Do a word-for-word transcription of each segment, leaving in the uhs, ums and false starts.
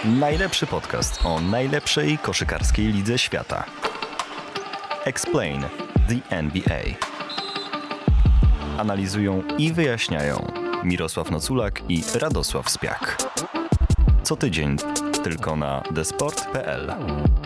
Najlepszy podcast o najlepszej koszykarskiej lidze świata. Explain the N B A. Analizują i wyjaśniają Mirosław Noculak i Radosław Spiak. Co tydzień tylko na desport kropka p l.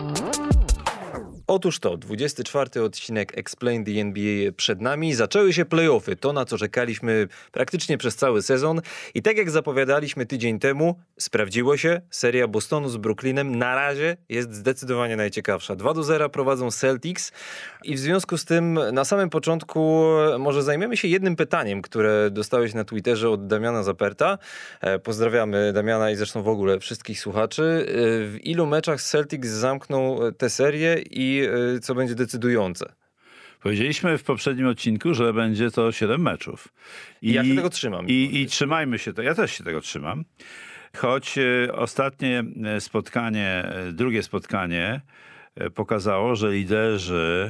Otóż to, dwudziesty czwarty odcinek Explain the N B A przed nami. Zaczęły się play-offy, to na co czekaliśmy praktycznie przez cały sezon. I tak jak zapowiadaliśmy tydzień temu, sprawdziło się. Seria Bostonu z Brooklynem na razie jest zdecydowanie najciekawsza. dwa do zera prowadzą Celtics i w związku z tym na samym początku może zajmiemy się jednym pytaniem, które dostałeś na Twitterze od Damiana Zaperta. Pozdrawiamy Damiana i zresztą w ogóle wszystkich słuchaczy. W ilu meczach Celtics zamkną tę serię i co będzie decydujące? Powiedzieliśmy w poprzednim odcinku, że będzie to siedem meczów. I ja się tego trzymam. I, I trzymajmy się, to, ja też się tego trzymam. Choć e, ostatnie spotkanie, e, drugie spotkanie e, pokazało, że liderzy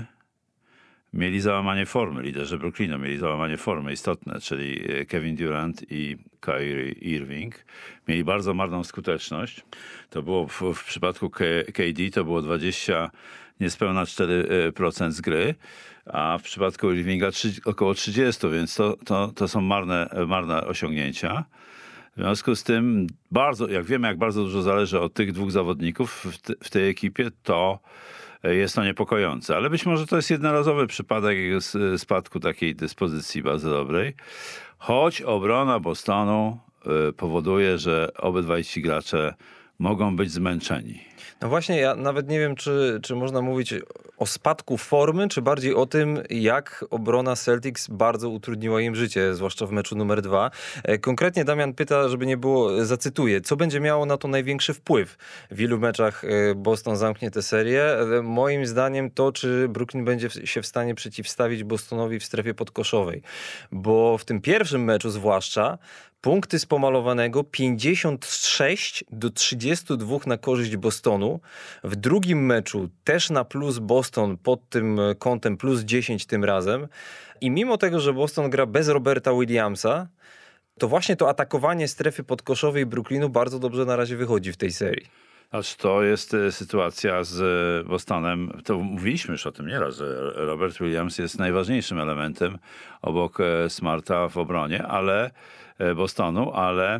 mieli załamanie formy. Liderzy Brooklynu mieli załamanie formy istotne, czyli Kevin Durant i Kyrie Irving. Mieli bardzo marną skuteczność. To było w, w przypadku K D to było dwadzieścia, niespełna cztery procent z gry, a w przypadku Irvinga około trzydzieści, więc to, to, to są marne, marne osiągnięcia. W związku z tym, bardzo, jak wiemy, jak bardzo dużo zależy od tych dwóch zawodników w, te, w tej ekipie, to jest to niepokojące. Ale być może to jest jednorazowy przypadek spadku takiej dyspozycji bardzo dobrej. Choć obrona Bostonu powoduje, że obydwaj ci gracze mogą być zmęczeni. No właśnie, ja nawet nie wiem, czy, czy można mówić o spadku formy, czy bardziej o tym, jak obrona Celtics bardzo utrudniła im życie, zwłaszcza w meczu numer dwa. Konkretnie Damian pyta, żeby nie było, zacytuję, co będzie miało na to największy wpływ? W ilu meczach Boston zamknie tę serię? Moim zdaniem to, czy Brooklyn będzie się w stanie przeciwstawić Bostonowi w strefie podkoszowej. Bo w tym pierwszym meczu zwłaszcza punkty z pomalowanego pięćdziesiąt sześć do trzydziestu dwóch na korzyść Bostonu. W drugim meczu też na plus Boston pod tym kątem plus dziesięć tym razem. I mimo tego, że Boston gra bez Roberta Williamsa, to właśnie to atakowanie strefy podkoszowej Brooklynu bardzo dobrze na razie wychodzi w tej serii. Aż to jest sytuacja z Bostonem. To mówiliśmy już o tym nieraz, że Robert Williams jest najważniejszym elementem obok Smarta w obronie, ale Bostonu, ale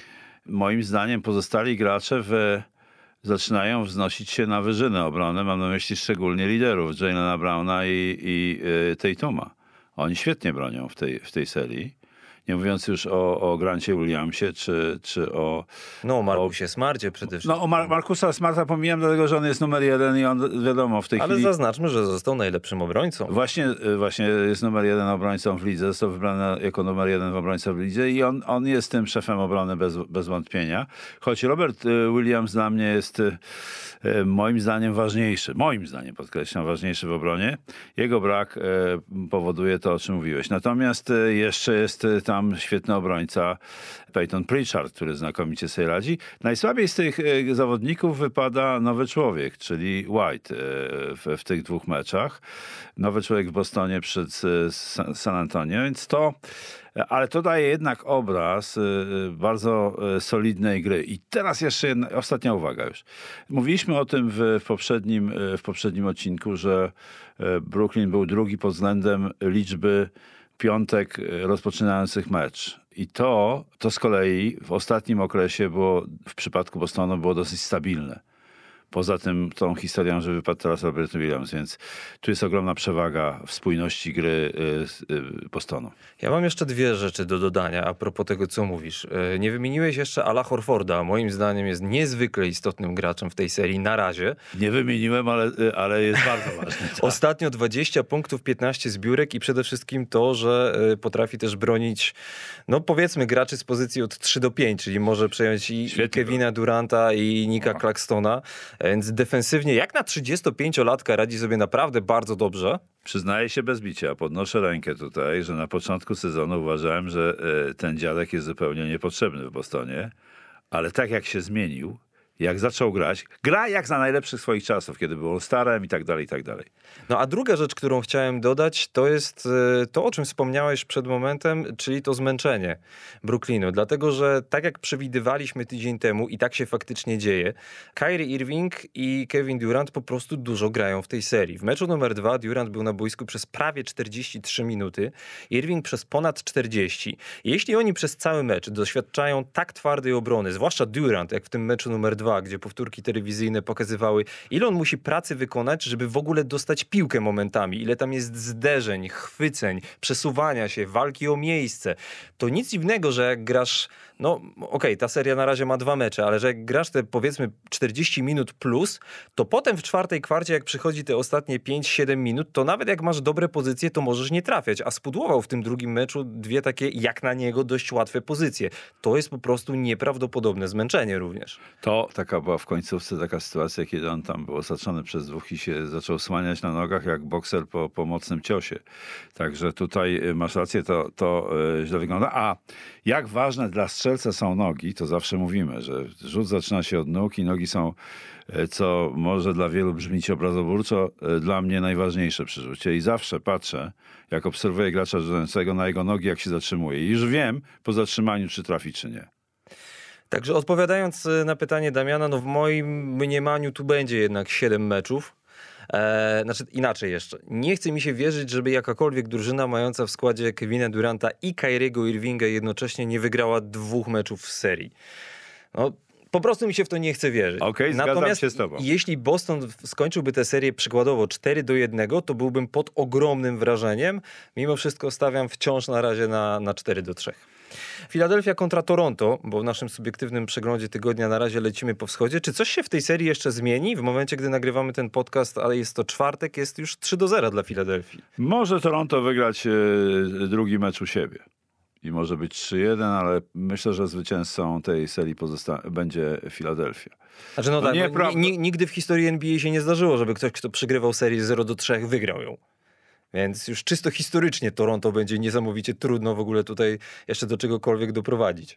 moim zdaniem pozostali gracze w, zaczynają wznosić się na wyżyny obrony. Mam na myśli szczególnie liderów Jaylena Browna i, i y, Tatuma. Oni świetnie bronią w tej, w tej serii. Nie mówiąc już o, o Grancie Williamsie, czy, czy o... No o Markusie o, Smarcie przede wszystkim. No o Mar- Markusa Smarta pomijam, dlatego że on jest numer jeden i on wiadomo w tej Ale chwili... Ale zaznaczmy, że został najlepszym obrońcą. Właśnie, właśnie jest numer jeden obrońcą w lidze, został wybrany jako numer jeden obrońca w lidze i on, on jest tym szefem obrony bez, bez wątpienia. Choć Robert Williams dla mnie jest moim zdaniem ważniejszy, moim zdaniem podkreślam, ważniejszy w obronie. Jego brak powoduje to, o czym mówiłeś. Natomiast jeszcze jest tam świetny obrońca Peyton Pritchard, który znakomicie sobie radzi. Najsłabiej z tych zawodników wypada nowy człowiek, czyli White w, w tych dwóch meczach. Nowy człowiek w Bostonie przed San Antonio, więc to... Ale to daje jednak obraz bardzo solidnej gry. I teraz jeszcze jedna, ostatnia uwaga już. Mówiliśmy o tym w, w, poprzednim, w poprzednim odcinku, że Brooklyn był drugi pod względem liczby piątek rozpoczynających mecz. I to, to z kolei w ostatnim okresie było, w przypadku Bostonu było dosyć stabilne. Poza tym tą historią, że wypadł teraz Robert Williams, więc tu jest ogromna przewaga w spójności gry Bostonu. Ja mam jeszcze dwie rzeczy do dodania a propos tego, co mówisz. Nie wymieniłeś jeszcze Ala Horforda. Moim zdaniem jest niezwykle istotnym graczem w tej serii na razie. Nie wymieniłem, ale, ale jest bardzo ważny. Tak. Ostatnio dwadzieścia punktów, piętnaście zbiórek i przede wszystkim to, że potrafi też bronić, no powiedzmy, graczy z pozycji od trzy do pięciu, czyli może przejąć i, i Kevina Duranta i Nicka Claxtona. Więc defensywnie, jak na trzydziestopięciolatka radzi sobie naprawdę bardzo dobrze. Przyznaję się bez bicia, podnoszę rękę tutaj, że na początku sezonu uważałem, że ten dziadek jest zupełnie niepotrzebny w Bostonie, ale tak jak się zmienił, jak zaczął grać, gra jak za najlepszych swoich czasów, kiedy był All-Starem i tak dalej, i tak dalej. No a druga rzecz, którą chciałem dodać, to jest e, to, o czym wspomniałeś przed momentem, czyli to zmęczenie Brooklynu. Dlatego, że tak jak przewidywaliśmy tydzień temu i tak się faktycznie dzieje, Kyrie Irving i Kevin Durant po prostu dużo grają w tej serii. W meczu numer dwa Durant był na boisku przez prawie czterdzieści trzy minuty, Irving przez ponad czterdzieści. Jeśli oni przez cały mecz doświadczają tak twardej obrony, zwłaszcza Durant, jak w tym meczu numer dwa, gdzie powtórki telewizyjne pokazywały, ile on musi pracy wykonać, żeby w ogóle dostać piłkę momentami, ile tam jest zderzeń, chwyceń, przesuwania się, walki o miejsce. To nic dziwnego, że jak grasz, no okej, okay, ta seria na razie ma dwa mecze, ale że jak grasz te powiedzmy czterdzieści minut plus, to potem w czwartej kwarcie, jak przychodzi te ostatnie pięć siedem minut, to nawet jak masz dobre pozycje, to możesz nie trafiać. A spudłował w tym drugim meczu dwie takie, jak na niego, dość łatwe pozycje. To jest po prostu nieprawdopodobne zmęczenie również. To taka była w końcówce taka sytuacja, kiedy on tam był osaczony przez dwóch i się zaczął słaniać na nogach jak bokser po, po mocnym ciosie. Także tutaj masz rację, to, to yy, źle wygląda. A jak ważne dla strzelca są nogi, to zawsze mówimy, że rzut zaczyna się od nóg i nogi są, yy, co może dla wielu brzmieć obrazoburczo, yy, dla mnie najważniejsze przy rzucie. I zawsze patrzę, jak obserwuję gracza rzucającego na jego nogi, jak się zatrzymuje. I już wiem po zatrzymaniu, czy trafi, czy nie. Także odpowiadając na pytanie Damiana, no w moim mniemaniu tu będzie jednak siedem meczów. Eee, znaczy inaczej jeszcze. Nie chce mi się wierzyć, żeby jakakolwiek drużyna mająca w składzie Kevina Duranta i Kyriego Irvinga jednocześnie nie wygrała dwóch meczów w serii. No, po prostu mi się w to nie chce wierzyć. Okej, zgadzam Natomiast się z tobą. jeśli Boston skończyłby tę serię przykładowo cztery do jednego, to byłbym pod ogromnym wrażeniem. Mimo wszystko stawiam wciąż na razie na, na cztery do trzech. Filadelfia kontra Toronto, bo w naszym subiektywnym przeglądzie tygodnia na razie lecimy po wschodzie. Czy coś się w tej serii jeszcze zmieni? W momencie, gdy nagrywamy ten podcast, ale jest to czwartek, jest już trzy do zera dla Filadelfii. Może Toronto wygrać e, drugi mecz u siebie. I może być trzy jeden, ale myślę, że zwycięzcą tej serii pozosta- będzie Filadelfia. Znaczy no, No tak, nie, bo prawda. ni- nigdy w historii N B A się nie zdarzyło, żeby ktoś, kto przegrywał serię zero do trzech, wygrał ją. Więc już czysto historycznie Toronto będzie niesamowicie trudno w ogóle tutaj jeszcze do czegokolwiek doprowadzić.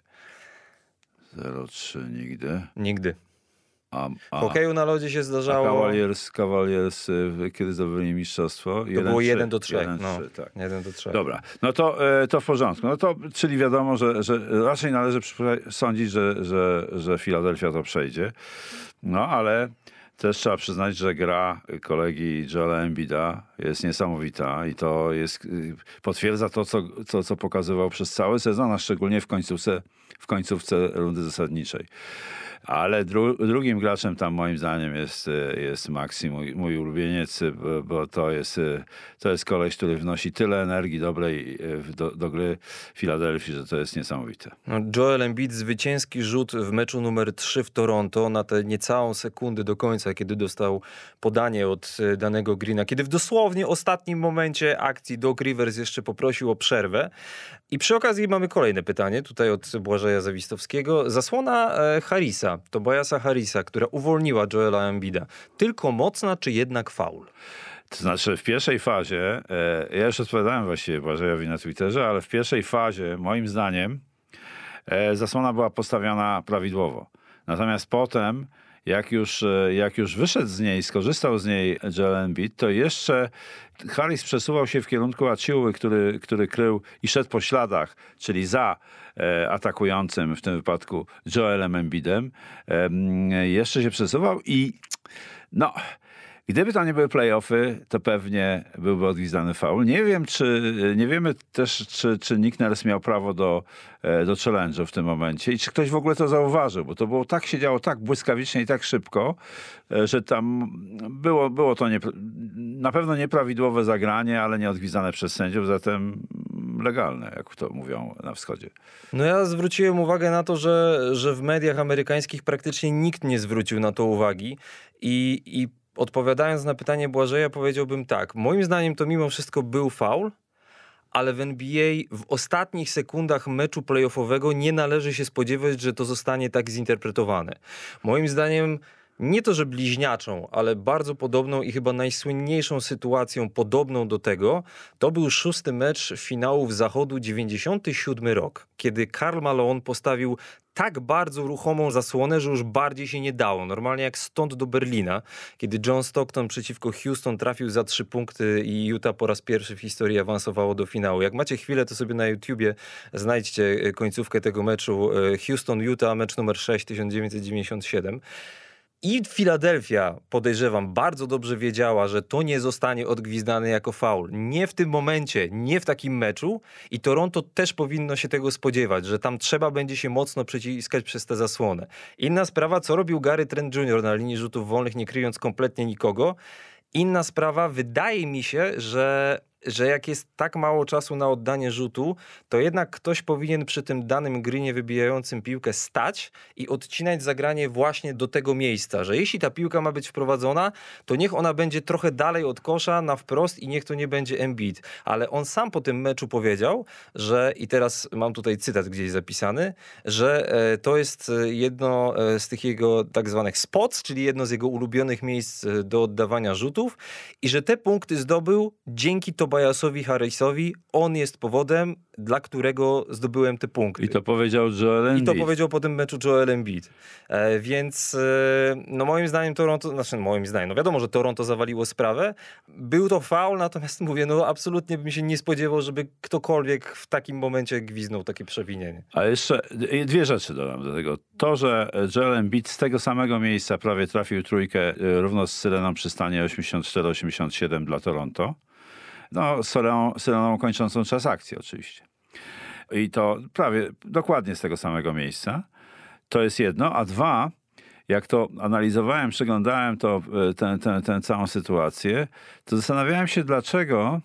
zero trzy nigdy. Nigdy. A, W a, hokeju na lodzie się a zdarzało. Cavaliers, Cavaliers, y, kiedy zdobyli mistrzostwo? To było jeden do trzech. jeden No, trzy, tak. jeden do trzech. Dobra, no to, e, to w porządku. No to, czyli wiadomo, że, że raczej należy przypra- sądzić, że, że, że Filadelfia to przejdzie. No ale też trzeba przyznać, że gra kolegi Joela Embida jest niesamowita i to jest, y, potwierdza to, co, co, co pokazywał przez cały sezon, a szczególnie w końcówce, w końcówce rundy zasadniczej. Ale dru, drugim graczem tam moim zdaniem jest, jest Maxi, mój, mój ulubieniec, bo, bo to jest, to jest koleś, który wnosi tyle energii dobrej do, do gry Filadelfii, że to jest niesamowite. No, Joel Embiid, zwycięski rzut w meczu numer trzy w Toronto na tę niecałą sekundę do końca, kiedy dostał podanie od danego Greena, kiedy w dosłownie ostatnim momencie akcji Doc Rivers jeszcze poprosił o przerwę. I przy okazji mamy kolejne pytanie, tutaj od Błażeja Zawistowskiego. Zasłona e, Harrisa, Tobiasa Harrisa, która uwolniła Joela Embida. Tylko mocna, czy jednak faul? To znaczy w pierwszej fazie, e, ja już odpowiadałem właściwie Błażejowi na Twitterze, ale w pierwszej fazie moim zdaniem e, zasłona była postawiona prawidłowo. Natomiast potem jak już, jak już wyszedł z niej, skorzystał z niej Joel Embiid, to jeszcze Harris przesuwał się w kierunku Aciuły, który, który krył i szedł po śladach, czyli za e, atakującym, w tym wypadku Joelem Embidem. E, jeszcze się przesuwał i no... Gdyby to nie były play-offy, to pewnie byłby odgwizdany faul. Nie wiem, czy, nie wiemy też, czy, czy Nick Nurse miał prawo do, do challenge'u w tym momencie i czy ktoś w ogóle to zauważył, bo to było tak, się działo tak błyskawicznie i tak szybko, że tam było, było to nie, na pewno nieprawidłowe zagranie, ale nie odgwizdane przez sędziów, zatem legalne, jak to mówią na wschodzie. No ja zwróciłem uwagę na to, że, że w mediach amerykańskich praktycznie nikt nie zwrócił na to uwagi i, i odpowiadając na pytanie Błażeja, powiedziałbym tak. Moim zdaniem to mimo wszystko był faul, ale w N B A w ostatnich sekundach meczu playoffowego nie należy się spodziewać, że to zostanie tak zinterpretowane. Moim zdaniem nie to, że bliźniaczą, ale bardzo podobną i chyba najsłynniejszą sytuacją podobną do tego, to był szósty mecz finałów Zachodu dziewięćdziesiąty siódmy rok, kiedy Karl Malone postawił tak bardzo ruchomą zasłonę, że już bardziej się nie dało. Normalnie jak stąd do Berlina, kiedy John Stockton przeciwko Houston trafił za trzy punkty i Utah po raz pierwszy w historii awansowało do finału. Jak macie chwilę, to sobie na YouTubie znajdźcie końcówkę tego meczu Houston-Utah, mecz numer sześć, tysiąc dziewięćset dziewięćdziesiąty siódmy. I Filadelfia, podejrzewam, bardzo dobrze wiedziała, że to nie zostanie odgwizdane jako faul. Nie w tym momencie, nie w takim meczu i Toronto też powinno się tego spodziewać, że tam trzeba będzie się mocno przeciskać przez tę zasłonę. Inna sprawa, co robił Gary Trent junior na linii rzutów wolnych, nie kryjąc kompletnie nikogo. Inna sprawa, wydaje mi się, że... że jak jest tak mało czasu na oddanie rzutu, to jednak ktoś powinien przy tym danym greenie wybijającym piłkę stać i odcinać zagranie właśnie do tego miejsca, że jeśli ta piłka ma być wprowadzona, to niech ona będzie trochę dalej od kosza na wprost i niech to nie będzie Embiid. Ale on sam po tym meczu powiedział, że, i teraz mam tutaj cytat gdzieś zapisany, że e, to jest jedno e, z tych jego tak zwanych spots, czyli jedno z jego ulubionych miejsc do oddawania rzutów i że te punkty zdobył dzięki to Tobiasowi Harrisowi, on jest powodem, dla którego zdobyłem te punkty. I to powiedział Joel Embiid. I to powiedział po tym meczu Joel Embiid. E, więc e, no moim zdaniem Toronto, znaczy moim zdaniem, no wiadomo, że Toronto zawaliło sprawę. Był to faul, natomiast mówię, no absolutnie bym się nie spodziewał, żeby ktokolwiek w takim momencie gwizdnął takie przewinienie. A jeszcze dwie rzeczy dodam do tego. To, że Joel Embiid z tego samego miejsca prawie trafił trójkę równo z Syreną przy stanie osiemdziesiąt cztery osiemdziesiąt siedem dla Toronto. No, Syreną, Syreną kończącą czas akcji oczywiście. I to prawie dokładnie z tego samego miejsca. To jest jedno. A dwa, jak to analizowałem, przeglądałem to, tę, tę, tę całą sytuację, to zastanawiałem się, dlaczego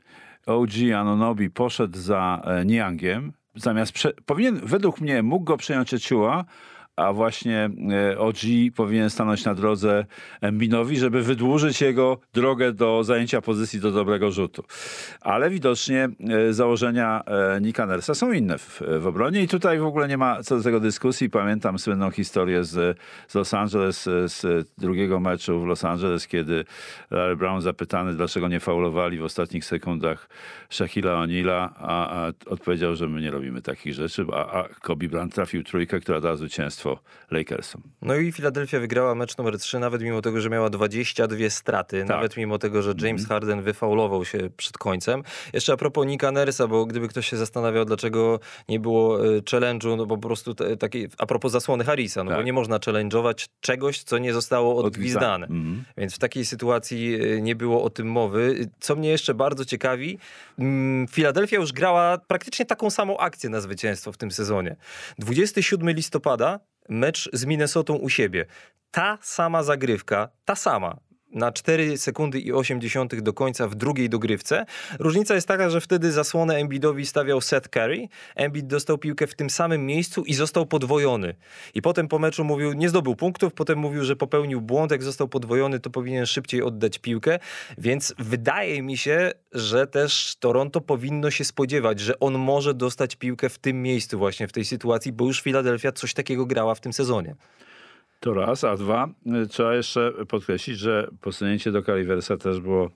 O G Anunoby poszedł za Niangiem. Zamiast prze... powinien, według mnie, mógł go przejąć Achiuwa, a właśnie O G powinien stanąć na drodze Embiidowi, żeby wydłużyć jego drogę do zajęcia pozycji do dobrego rzutu. Ale widocznie założenia Nicka Nurse'a są inne w, w obronie i tutaj w ogóle nie ma co do tego dyskusji. Pamiętam słynną historię z, z Los Angeles, z drugiego meczu w Los Angeles, kiedy Larry Brown zapytany, dlaczego nie faulowali w ostatnich sekundach Shaquilla O'Neala, a, a odpowiedział, że my nie robimy takich rzeczy, a, a Kobe Bryant trafił trójkę, która dała zwycięstwo Lakersom. No i Filadelfia wygrała mecz numer trzy, nawet mimo tego, że miała dwadzieścia dwie straty, tak. Nawet mimo tego, że James mm. Harden wyfaulował się przed końcem. Jeszcze a propos Nicka Nurse'a, bo gdyby ktoś się zastanawiał, dlaczego nie było y, challenge'u, no bo po prostu te, taki, a propos zasłony Harrisa, no tak. Bo nie można challenge'ować czegoś, co nie zostało odgwizdane. Mm. Więc w takiej sytuacji y, nie było o tym mowy. Co mnie jeszcze bardzo ciekawi, mm, Filadelfia już grała praktycznie taką samą akcję na zwycięstwo w tym sezonie. dwudziestego siódmego listopada mecz z Minnesotą u siebie. Ta sama zagrywka, ta sama. Na cztery sekundy i osiem dziesiątych do końca w drugiej dogrywce. Różnica jest taka, że wtedy zasłonę Embiidowi stawiał Seth Curry. Embiid dostał piłkę w tym samym miejscu i został podwojony. I potem po meczu mówił, nie zdobył punktów, potem mówił, że popełnił błąd, jak został podwojony, to powinien szybciej oddać piłkę. Więc wydaje mi się, że też Toronto powinno się spodziewać, że on może dostać piłkę w tym miejscu właśnie, w tej sytuacji, bo już Filadelfia coś takiego grała w tym sezonie. To raz, a dwa, trzeba jeszcze podkreślić, że posunięcie do Riversa też było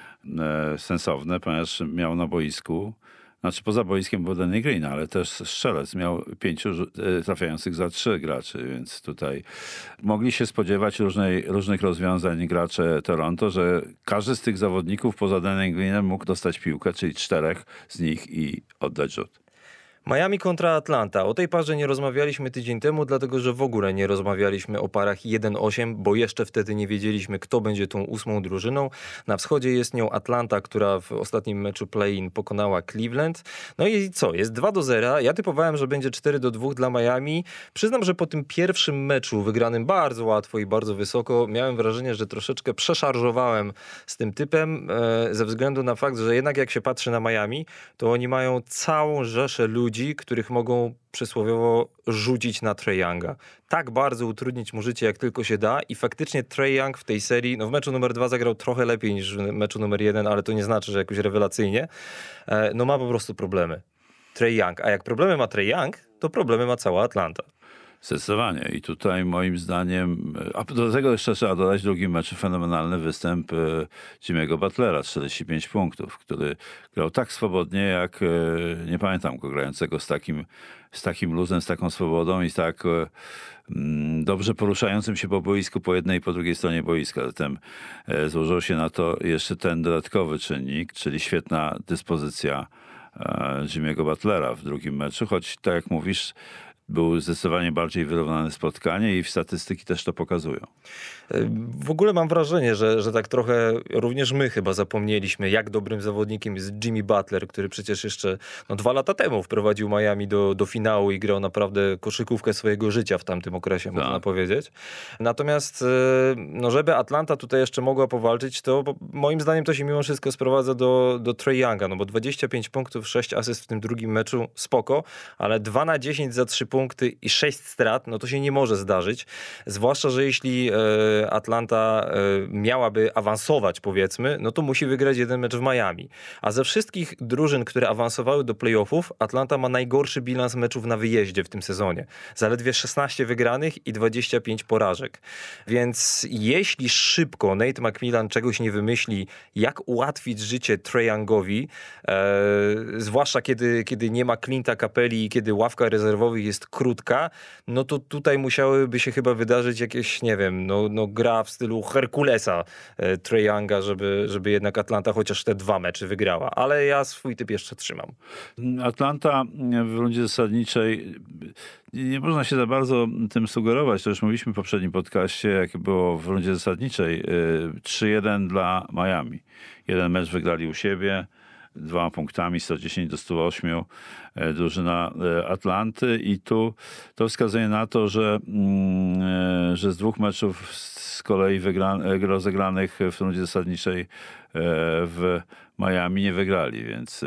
e, sensowne, ponieważ miał na boisku, znaczy poza boiskiem był Danny Green, ale też strzelec miał pięciu e, trafiających za trzy graczy, więc tutaj mogli się spodziewać różnej, różnych rozwiązań gracze Toronto, że każdy z tych zawodników poza Danny Greenem mógł dostać piłkę, czyli czterech z nich i oddać rzut. Miami kontra Atlanta. O tej parze nie rozmawialiśmy tydzień temu, dlatego że w ogóle nie rozmawialiśmy o parach jeden osiem, bo jeszcze wtedy nie wiedzieliśmy, kto będzie tą ósmą drużyną. Na wschodzie jest nią Atlanta, która w ostatnim meczu play-in pokonała Cleveland. No i co? Jest dwa do zera. Ja typowałem, że będzie cztery do dwóch dla Miami. Przyznam, że po tym pierwszym meczu, wygranym bardzo łatwo i bardzo wysoko, miałem wrażenie, że troszeczkę przeszarżowałem z tym typem, e, ze względu na fakt, że jednak jak się patrzy na Miami, to oni mają całą rzeszę ludzi, których mogą przysłowiowo rzucić na Trae Younga. Tak bardzo utrudnić mu życie, jak tylko się da i faktycznie Trae Young w tej serii, no w meczu numer dwa zagrał trochę lepiej niż w meczu numer jeden, ale to nie znaczy, że jakoś rewelacyjnie. No ma po prostu problemy. Trae Young. A jak problemy ma Trae Young, to problemy ma cała Atlanta. Zdecydowanie. I tutaj moim zdaniem, a do tego jeszcze trzeba dodać w drugim meczu fenomenalny występ Jimmy'ego Butlera, czterdzieści pięć punktów, który grał tak swobodnie, jak nie pamiętam go grającego z takim, z takim luzem, z taką swobodą i tak dobrze poruszającym się po boisku, po jednej i po drugiej stronie boiska. Zatem złożył się na to jeszcze ten dodatkowy czynnik, czyli świetna dyspozycja Jimmy'ego Butlera w drugim meczu, choć tak jak mówisz, było zdecydowanie bardziej wyrównane spotkanie i statystyki też to pokazują. W ogóle mam wrażenie, że, że tak trochę również my chyba zapomnieliśmy, jak dobrym zawodnikiem jest Jimmy Butler, który przecież jeszcze no, dwa lata temu wprowadził Miami do, do finału i grał naprawdę koszykówkę swojego życia w tamtym okresie, tak. Można powiedzieć. Natomiast no, żeby Atlanta tutaj jeszcze mogła powalczyć, to moim zdaniem to się mimo wszystko sprowadza do, do Trae Younga, no bo dwadzieścia pięć punktów, sześć asyst w tym drugim meczu, spoko, ale dwa na dziesięć za trzy punkty i sześć strat, no to się nie może zdarzyć. Zwłaszcza, że jeśli e, Atlanta e, miałaby awansować, powiedzmy, no to musi wygrać jeden mecz w Miami. A ze wszystkich drużyn, które awansowały do playoffów, Atlanta ma najgorszy bilans meczów na wyjeździe w tym sezonie. Zaledwie szesnaście wygranych i dwadzieścia pięć porażek. Więc jeśli szybko Nate McMillan czegoś nie wymyśli, jak ułatwić życie Trae Youngowi, e, zwłaszcza kiedy, kiedy nie ma Clint'a Capelli i kiedy ławka rezerwowych jest krótka, no to tutaj musiałyby się chyba wydarzyć jakieś, nie wiem, no, no gra w stylu Herkulesa e, Trae Younga, żeby, żeby jednak Atlanta chociaż te dwa mecze wygrała. Ale ja swój typ jeszcze trzymam. Atlanta w rundzie zasadniczej nie można się za bardzo tym sugerować. To już mówiliśmy w poprzednim podcaście, jak było w rundzie zasadniczej. trzy jeden dla Miami. Jeden mecz wygrali u siebie, dwoma punktami, sto dziesięć do stu ośmiu drużyna Atlanty i tu to wskazuje na to, że, że z dwóch meczów z kolei wygra, rozegranych w rundzie zasadniczej w Miami nie wygrali, więc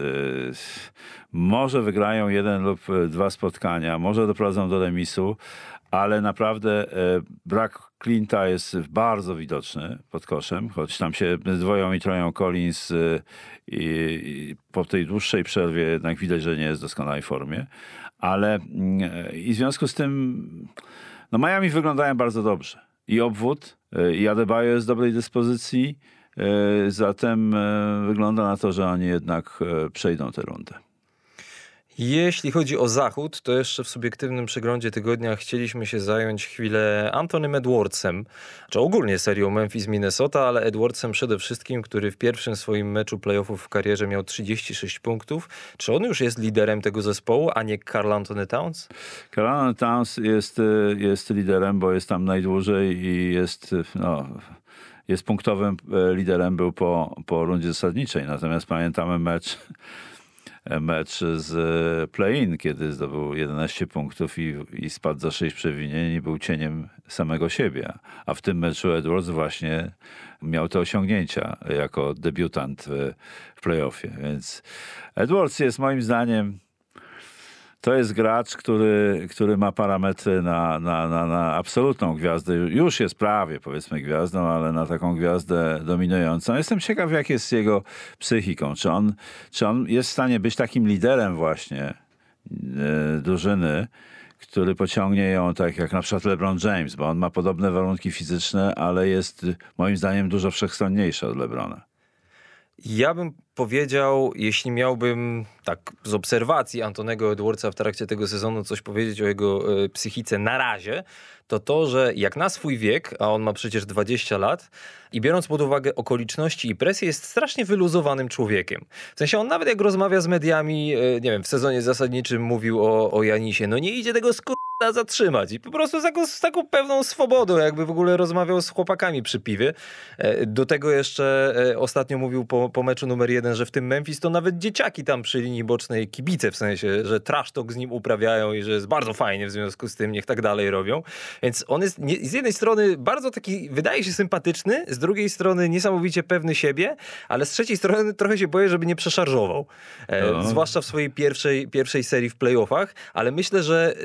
może wygrają jeden lub dwa spotkania, może doprowadzą do remisu, ale naprawdę brak Clint'a jest bardzo widoczny pod koszem, choć tam się dwoją i troją Collins i, i po tej dłuższej przerwie jednak widać, że nie jest w doskonałej formie, ale i w związku z tym no Miami wyglądają bardzo dobrze. I obwód, i Adebayo jest w dobrej dyspozycji, zatem wygląda na to, że oni jednak przejdą tę rundę. Jeśli chodzi o Zachód, to jeszcze w subiektywnym przeglądzie tygodnia chcieliśmy się zająć chwilę Antonym Edwardsem, czy ogólnie serią Memphis-Minnesota, ale Edwardsem przede wszystkim, który w pierwszym swoim meczu playoffów w karierze miał trzydzieści sześć punktów. Czy on już jest liderem tego zespołu, a nie Karl Anthony Towns? Karl Anthony Towns jest, jest liderem, bo jest tam najdłużej i jest... No... jest punktowym liderem, był po, po rundzie zasadniczej. Natomiast pamiętamy mecz, mecz z play-in, kiedy zdobył jedenaście punktów i, i spadł za sześć przewinień i był cieniem samego siebie. A w tym meczu Edwards właśnie miał te osiągnięcia jako debiutant w, w play-offie. Więc Edwards jest moim zdaniem to jest gracz, który, który ma parametry na, na, na, na absolutną gwiazdę. Już jest prawie, powiedzmy, gwiazdą, ale na taką gwiazdę dominującą. Jestem ciekaw, jak jest z jego psychiką. Czy on, czy on jest w stanie być takim liderem właśnie yy, drużyny, który pociągnie ją tak jak na przykład LeBron James, bo on ma podobne warunki fizyczne, ale jest moim zdaniem dużo wszechstronniejszy od LeBrona. Ja bym powiedział, jeśli miałbym tak z obserwacji Antonego Edwardsa w trakcie tego sezonu coś powiedzieć o jego y, psychice na razie, to to, że jak na swój wiek, a on ma przecież dwadzieścia lat i biorąc pod uwagę okoliczności i presję, jest strasznie wyluzowanym człowiekiem. W sensie on nawet jak rozmawia z mediami, y, nie wiem, w sezonie zasadniczym mówił o, o Janisie, no nie idzie tego skurwa zatrzymać i po prostu z taką, z taką pewną swobodą, jakby w ogóle rozmawiał z chłopakami przy piwie. Do tego jeszcze ostatnio mówił po, po meczu numer jeden, że w tym Memphis to nawet dzieciaki tam przy linii bocznej kibice, w sensie, że trash talk z nim uprawiają i że jest bardzo fajnie w związku z tym, niech tak dalej robią. Więc on jest nie, z jednej strony bardzo taki, wydaje się sympatyczny, z drugiej strony niesamowicie pewny siebie, ale z trzeciej strony trochę się boję, żeby nie przeszarżował. E, zwłaszcza w swojej pierwszej, pierwszej serii w playoffach, ale myślę, że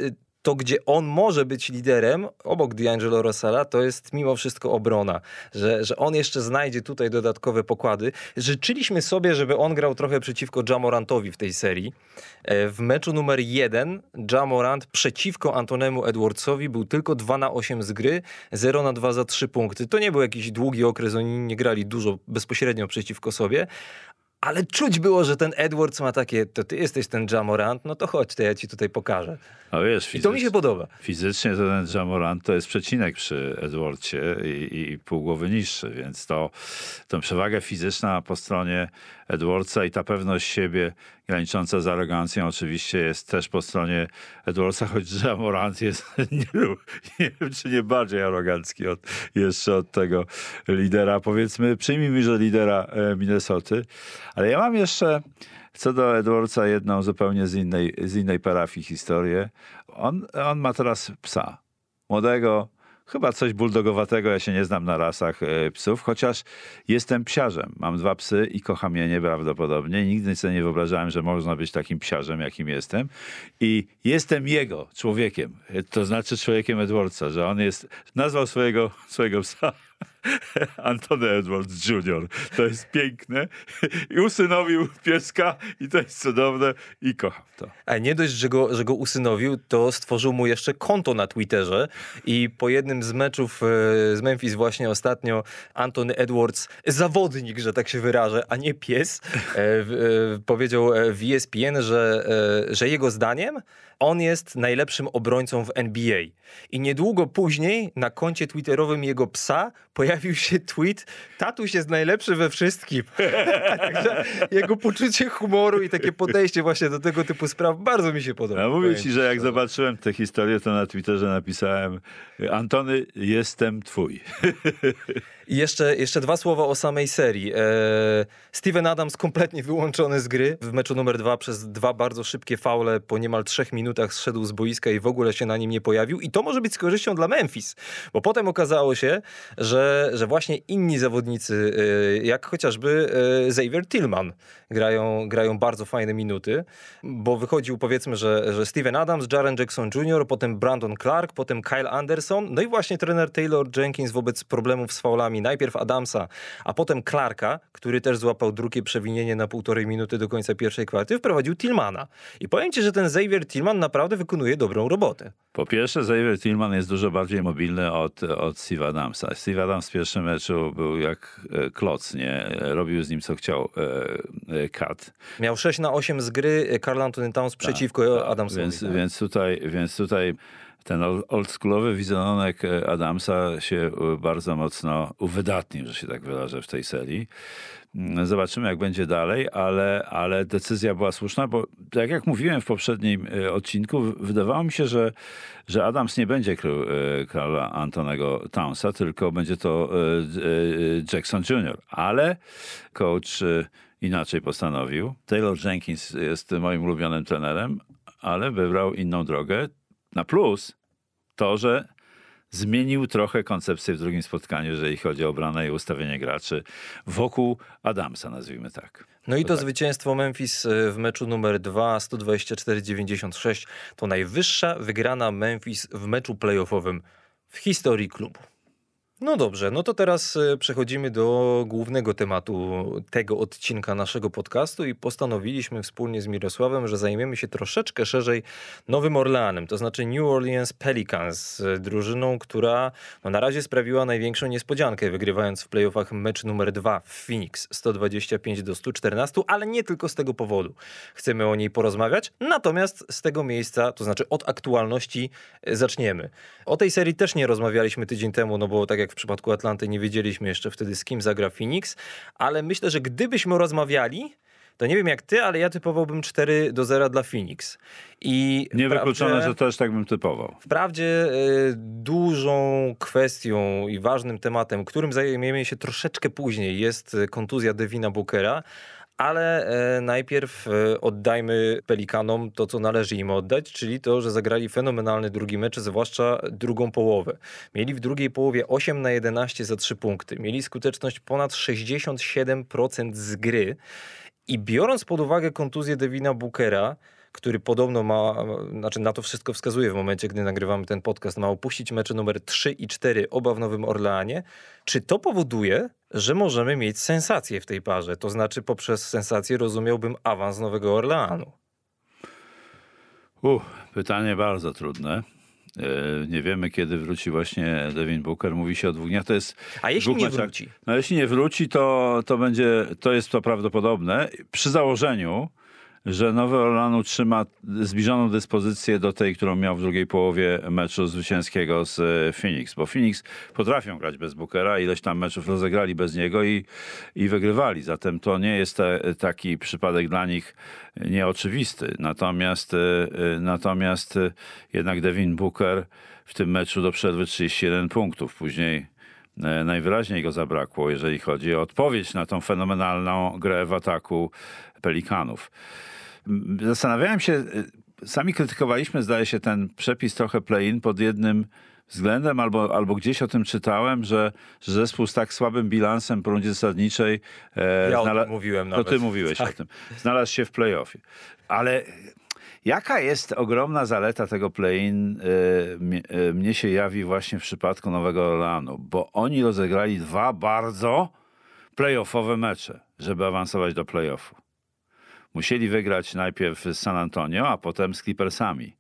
to gdzie on może być liderem obok D'Angelo Russella, to jest mimo wszystko obrona, że, że on jeszcze znajdzie tutaj dodatkowe pokłady. Życzyliśmy sobie, żeby on grał trochę przeciwko Ja Morantowi w tej serii. W meczu numer jeden Ja Morant przeciwko Antonemu Edwardsowi był tylko dwa na osiem z gry, zero na dwa za trzy punkty. To nie był jakiś długi okres, oni nie grali dużo bezpośrednio przeciwko sobie, ale czuć było, że ten Edwards ma takie, to ty jesteś ten Ja Morant, no to chodź, to ja ci tutaj pokażę. No wiesz, I to mi się podoba. Fizycznie to ten Ja Morant to jest przecinek przy Edwardsie i, i pół głowy niższy, więc to tą przewagę fizyczna po stronie Edwardsa i ta pewność siebie granicząca z arogancją oczywiście jest też po stronie Edwardsa, choć Ja Morant jest nie, nie wiem, czy nie bardziej arogancki od, jeszcze od tego lidera, powiedzmy, przyjmijmy, że lidera Minnesoty. Ale ja mam jeszcze co do Edwardsa jedną zupełnie z innej, z innej parafii historię. On, on ma teraz psa. Młodego, chyba coś bulldogowatego, ja się nie znam na rasach e, psów, chociaż jestem psiarzem. Mam dwa psy i kocham je nieprawdopodobnie. Nigdy sobie nie wyobrażałem, że można być takim psiarzem, jakim jestem. I jestem jego człowiekiem. To znaczy człowiekiem Edwardsa, że on jest, nazwał swojego, swojego psa Antony Edwards junior To jest piękne. I usynowił pieska i to jest cudowne i kocham to. A nie dość, że go, że go usynowił, to stworzył mu jeszcze konto na Twitterze i po jednym z meczów e, z Memphis właśnie ostatnio Anthony Edwards, zawodnik, że tak się wyrażę, a nie pies, e, e, powiedział w E S P N, że, e, że jego zdaniem on jest najlepszym obrońcą w N B A. I niedługo później na koncie twitterowym jego psa pojawił się tweet: tatuś jest najlepszy we wszystkim. Także jego poczucie humoru i takie podejście właśnie do tego typu spraw bardzo mi się podoba. Ja mówię ci, że jak zobaczyłem tę historię, to na Twitterze napisałem: Antony, jestem twój. I jeszcze, jeszcze dwa słowa o samej serii. Eee, Steven Adams kompletnie wyłączony z gry. W meczu numer dwa przez dwa bardzo szybkie faule po niemal trzech minutach zszedł z boiska i w ogóle się na nim nie pojawił. I to może być z korzyścią dla Memphis, bo potem okazało się, że, że właśnie inni zawodnicy, e, jak chociażby e, Xavier Tillman, grają, grają bardzo fajne minuty, bo wychodził, powiedzmy, że, że Steven Adams, Jaren Jackson junior, potem Brandon Clark, potem Kyle Anderson, no i właśnie trener Taylor Jenkins wobec problemów z faulami najpierw Adamsa, a potem Clarka, który też złapał drugie przewinienie na półtorej minuty do końca pierwszej kwarty, wprowadził Tillmana. I powiem ci, że ten Xavier Tillman naprawdę wykonuje dobrą robotę. Po pierwsze, Xavier Tillman jest dużo bardziej mobilny od, od Steve Adamsa. Steve Adams w pierwszym meczu był jak e, kloc, nie? Robił z nim co chciał e, e, Kat. Miał sześć na osiem z gry Karl Anthony Towns przeciwko tak, Adamsowi. Więc, tak? więc, tutaj, więc tutaj ten oldschoolowy wizerunek Adamsa się bardzo mocno uwydatnił, że się tak wyrażę, w tej serii. Zobaczymy, jak będzie dalej, ale, ale decyzja była słuszna, bo tak jak mówiłem w poprzednim odcinku, wydawało mi się, że, że Adams nie będzie krył Karla Antonego Townsa, tylko będzie to Jackson junior Ale coach inaczej postanowił. Taylor Jenkins jest moim ulubionym trenerem, ale wybrał inną drogę. Na plus to, że zmienił trochę koncepcję w drugim spotkaniu, jeżeli chodzi o obronę i ustawienie graczy wokół Adamsa, nazwijmy tak. No i to, to tak. zwycięstwo Memphis w meczu numer dwa, sto dwadzieścia cztery dziewięćdziesiąt sześć, to najwyższa wygrana Memphis w meczu playoffowym w historii klubu. No dobrze, no to teraz przechodzimy do głównego tematu tego odcinka naszego podcastu i postanowiliśmy wspólnie z Mirosławem, że zajmiemy się troszeczkę szerzej Nowym Orleanem, to znaczy New Orleans Pelicans, drużyną, która no, na razie sprawiła największą niespodziankę, wygrywając w playoffach mecz numer dwa w Phoenix sto dwadzieścia pięć do stu czternastu, ale nie tylko z tego powodu chcemy o niej porozmawiać, natomiast z tego miejsca, to znaczy od aktualności zaczniemy. O tej serii też nie rozmawialiśmy tydzień temu, no bo tak jak w przypadku Atlanty nie wiedzieliśmy jeszcze wtedy, z kim zagra Phoenix, ale myślę, że gdybyśmy rozmawiali, to nie wiem jak ty, ale ja typowałbym cztery do zera dla Phoenix. I Niewykluczone, wprawdzie, że też tak bym typował. Wprawdzie y, dużą kwestią i ważnym tematem, którym zajmiemy się troszeczkę później, jest kontuzja Devina Bookera, ale e, najpierw e, oddajmy Pelikanom to, co należy im oddać, czyli to, że zagrali fenomenalny drugi mecz, zwłaszcza drugą połowę. Mieli w drugiej połowie osiem na jedenaście za trzy punkty. Mieli skuteczność ponad sześćdziesiąt siedem procent z gry. I biorąc pod uwagę kontuzję Devina Bookera, który podobno ma, znaczy na to wszystko wskazuje w momencie, gdy nagrywamy ten podcast, ma opuścić mecze numer trzy i cztery, oba w Nowym Orleanie. Czy to powoduje, że możemy mieć sensację w tej parze? To znaczy poprzez sensację rozumiałbym awans Nowego Orleanu. Uh, pytanie bardzo trudne. Nie wiemy, kiedy wróci właśnie Devin Booker. Mówi się o dwóch dniach. To jest A jeśli nie meczach. wróci? No jeśli nie wróci, to, to będzie, to jest to prawdopodobne. Przy założeniu, że Nowy Orlean trzyma zbliżoną dyspozycję do tej, którą miał w drugiej połowie meczu zwycięskiego z Phoenix. Bo Phoenix potrafią grać bez Bookera. Ileś tam meczów rozegrali bez niego i, i wygrywali. Zatem to nie jest te, taki przypadek dla nich nieoczywisty. Natomiast, natomiast jednak Devin Booker w tym meczu do przerwy trzydzieści jeden punktów. Później najwyraźniej go zabrakło, jeżeli chodzi o odpowiedź na tą fenomenalną grę w ataku Pelikanów. Zastanawiałem się, sami krytykowaliśmy, zdaje się, ten przepis trochę play-in pod jednym względem, albo, albo gdzieś o tym czytałem, że, że zespół z tak słabym bilansem po rundzie zasadniczej e, ja znala- o tym mówiłem nawet. To ty mówiłeś tak. o tym. Znalazł się w play-offie. Ale jaka jest ogromna zaleta tego play-in, yy, mnie się jawi właśnie w przypadku Nowego Orleanu, bo oni rozegrali dwa bardzo play-offowe mecze, żeby awansować do play-offu. Musieli wygrać najpierw z San Antonio, a potem z Clippersami.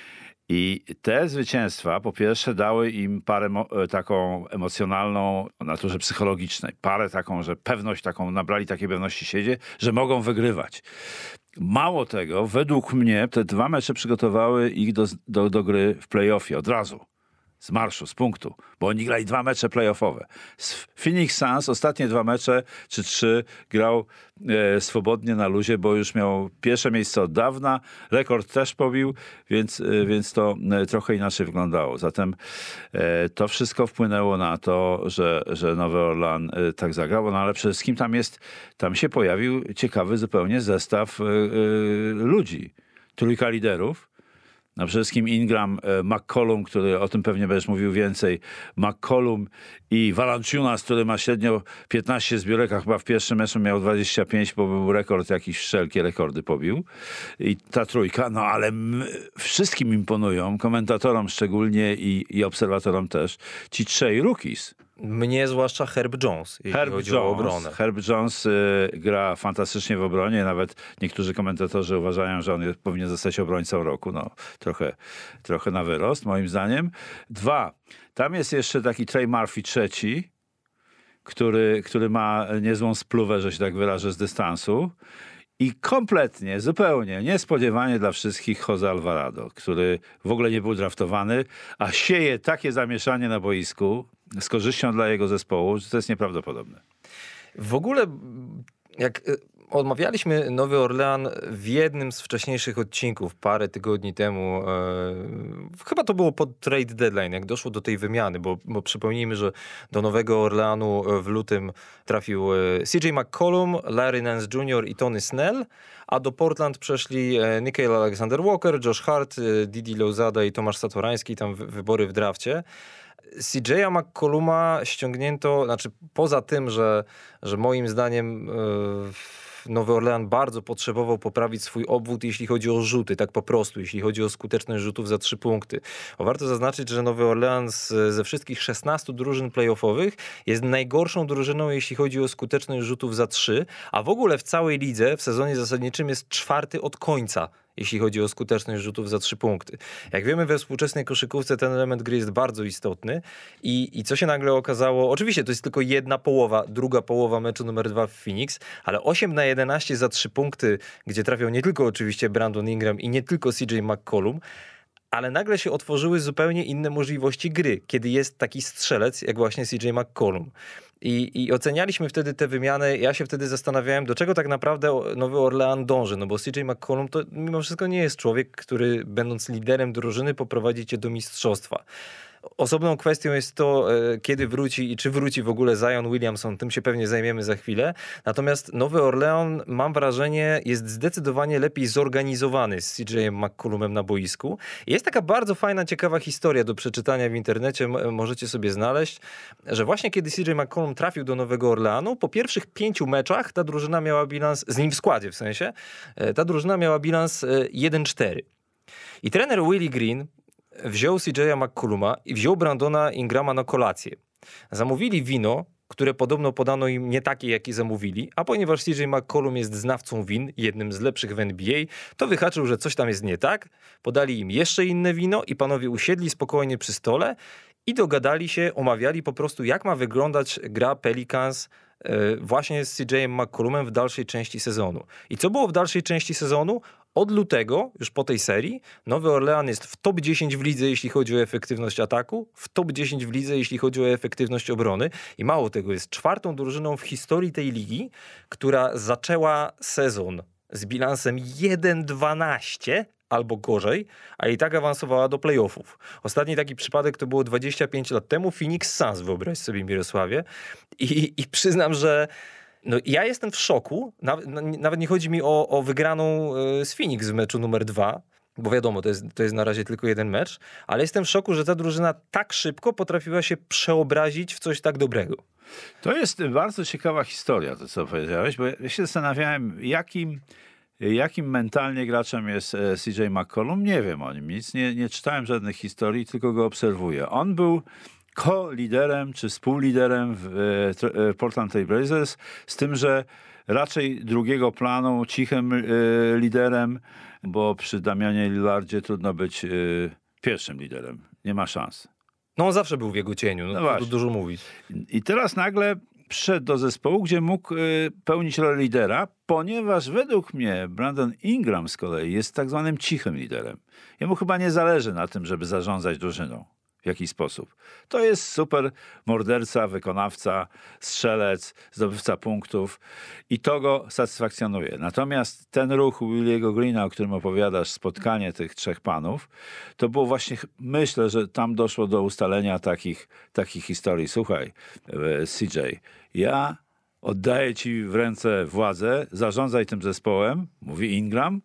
I te zwycięstwa po pierwsze dały im parę mo- taką emocjonalną, o naturze psychologicznej, parę taką, że pewność taką, nabrali takiej pewności siebie, że mogą wygrywać. Mało tego, według mnie te dwa mecze przygotowały ich do, do, do gry w play-offie od razu. Z marszu, z punktu, bo oni grali dwa mecze play-offowe. Z Phoenix Suns ostatnie dwa mecze, czy trzy, grał e, swobodnie na luzie, bo już miał pierwsze miejsce od dawna, rekord też pobił, więc, e, więc to e, trochę inaczej wyglądało. Zatem e, to wszystko wpłynęło na to, że, że Nowy Orlean e, tak zagrał, no ale przede wszystkim tam jest, tam się pojawił ciekawy zupełnie zestaw e, e, ludzi. Trójka liderów. Na przede wszystkim Ingram, McCollum, który o tym pewnie będziesz mówił więcej, McCollum i Valanciunas, który ma średnio piętnaście zbiórek, a chyba w pierwszym meczu miał dwadzieścia pięć, bo był rekord, jakiś wszelkie rekordy pobił. I ta trójka, no ale m- wszystkim imponują, komentatorom szczególnie i, i obserwatorom też, ci trzej rookies. Mnie zwłaszcza Herb Jones, jeśli Herb chodzi Jones, o obronę. Herb Jones y, gra fantastycznie w obronie. Nawet niektórzy komentatorzy uważają, że on jest, powinien zostać obrońcą roku. No, trochę, trochę na wyrost, moim zdaniem. Dwa. Tam jest jeszcze taki Trey Murphy trzeci, który, który ma niezłą spluwę, że się tak wyrażę, z dystansu. I kompletnie, zupełnie niespodziewanie dla wszystkich Jose Alvarado, który w ogóle nie był draftowany, a sieje takie zamieszanie na boisku z korzyścią dla jego zespołu, że to jest nieprawdopodobne. W ogóle jak omawialiśmy Nowy Orlean w jednym z wcześniejszych odcinków parę tygodni temu, e, chyba to było pod trade deadline, jak doszło do tej wymiany, bo, bo przypomnijmy, że do Nowego Orleanu w lutym trafił C J McCollum, Larry Nance junior i Tony Snell, a do Portland przeszli Nickeil Alexander-Walker, Josh Hart, Didi Louzada i Tomasz Satorański, tam wybory w drafcie. C J McColluma ściągnięto, znaczy poza tym, że, że moim zdaniem yy, Nowy Orlean bardzo potrzebował poprawić swój obwód, jeśli chodzi o rzuty, tak po prostu, jeśli chodzi o skuteczność rzutów za trzy punkty. Bo warto zaznaczyć, że Nowy Orlean z, ze wszystkich szesnastu drużyn playoffowych jest najgorszą drużyną, jeśli chodzi o skuteczność rzutów za trzy, a w ogóle w całej lidze w sezonie zasadniczym jest czwarty od końca, jeśli chodzi o skuteczność rzutów za trzy punkty. Jak wiemy, we współczesnej koszykówce ten element gry jest bardzo istotny i, i co się nagle okazało, oczywiście to jest tylko jedna połowa, druga połowa meczu numer dwa w Phoenix, ale osiem na jedenaście za trzy punkty, gdzie trafiał nie tylko oczywiście Brandon Ingram i nie tylko C J McCollum, ale nagle się otworzyły zupełnie inne możliwości gry, kiedy jest taki strzelec jak właśnie C J McCollum. I, I ocenialiśmy wtedy te wymiany. Ja się wtedy zastanawiałem, do czego tak naprawdę Nowy Orlean dąży. No bo C J McCollum to mimo wszystko nie jest człowiek, który będąc liderem drużyny poprowadzi cię do mistrzostwa. Osobną kwestią jest to, kiedy wróci i czy wróci w ogóle Zion Williamson. Tym się pewnie zajmiemy za chwilę. Natomiast Nowy Orlean, mam wrażenie, jest zdecydowanie lepiej zorganizowany z C J McCollumem na boisku. Jest taka bardzo fajna, ciekawa historia do przeczytania w internecie. Możecie sobie znaleźć, że właśnie kiedy C J McCollum trafił do Nowego Orleanu, po pierwszych pięciu meczach ta drużyna miała bilans, z nim w składzie w sensie, ta drużyna miała bilans jeden cztery. I trener Willie Green wziął C J McColluma i wziął Brandona Ingrama na kolację. Zamówili wino, które podobno podano im nie takie, jakie zamówili, a ponieważ C J McCollum jest znawcą win, jednym z lepszych w N B A, to wyhaczył, że coś tam jest nie tak. Podali im jeszcze inne wino i panowie usiedli spokojnie przy stole i dogadali się, omawiali po prostu, jak ma wyglądać gra Pelicans właśnie z C J McCollumem w dalszej części sezonu. I co było w dalszej części sezonu? Od lutego, już po tej serii, Nowy Orlean jest w top dziesięć w lidze, jeśli chodzi o efektywność ataku, w top dziesięć w lidze, jeśli chodzi o efektywność obrony. I mało tego, jest czwartą drużyną w historii tej ligi, która zaczęła sezon z bilansem jeden dwanaście albo gorzej, a i tak awansowała do playoffów. Ostatni taki przypadek to było dwadzieścia pięć lat temu. Phoenix Suns, wyobraź sobie, Mirosławie. I, i przyznam, że no, ja jestem w szoku. Nawet, nawet nie chodzi mi o, o wygraną z Phoenix w meczu numer dwa, bo wiadomo, to jest, to jest na razie tylko jeden mecz, ale jestem w szoku, że ta drużyna tak szybko potrafiła się przeobrazić w coś tak dobrego. To jest bardzo ciekawa historia, to co powiedziałeś, bo ja się zastanawiałem, jakim Jakim mentalnie graczem jest C J McCollum? Nie wiem o nim nic. Nie, nie czytałem żadnych historii, tylko go obserwuję. On był co-liderem czy współliderem w Portland Trail Blazers, z tym, że raczej drugiego planu, cichym liderem, bo przy Damianie Lillardzie trudno być pierwszym liderem. Nie ma szans. No on zawsze był w jego cieniu, no, no tu dużo mówić. I teraz nagle przyszedł do zespołu, gdzie mógł y, pełnić rolę lidera, ponieważ według mnie Brandon Ingram z kolei jest tak zwanym cichym liderem. Jemu chyba nie zależy na tym, żeby zarządzać drużyną w jakiś sposób. To jest super morderca, wykonawca, strzelec, zdobywca punktów i to go satysfakcjonuje. Natomiast ten ruch Williego Greena, o którym opowiadasz, spotkanie tych trzech panów, to było właśnie, myślę, że tam doszło do ustalenia takich, takich historii. Słuchaj, C J, ja oddaję ci w ręce władzę, zarządzaj tym zespołem, mówi Ingram,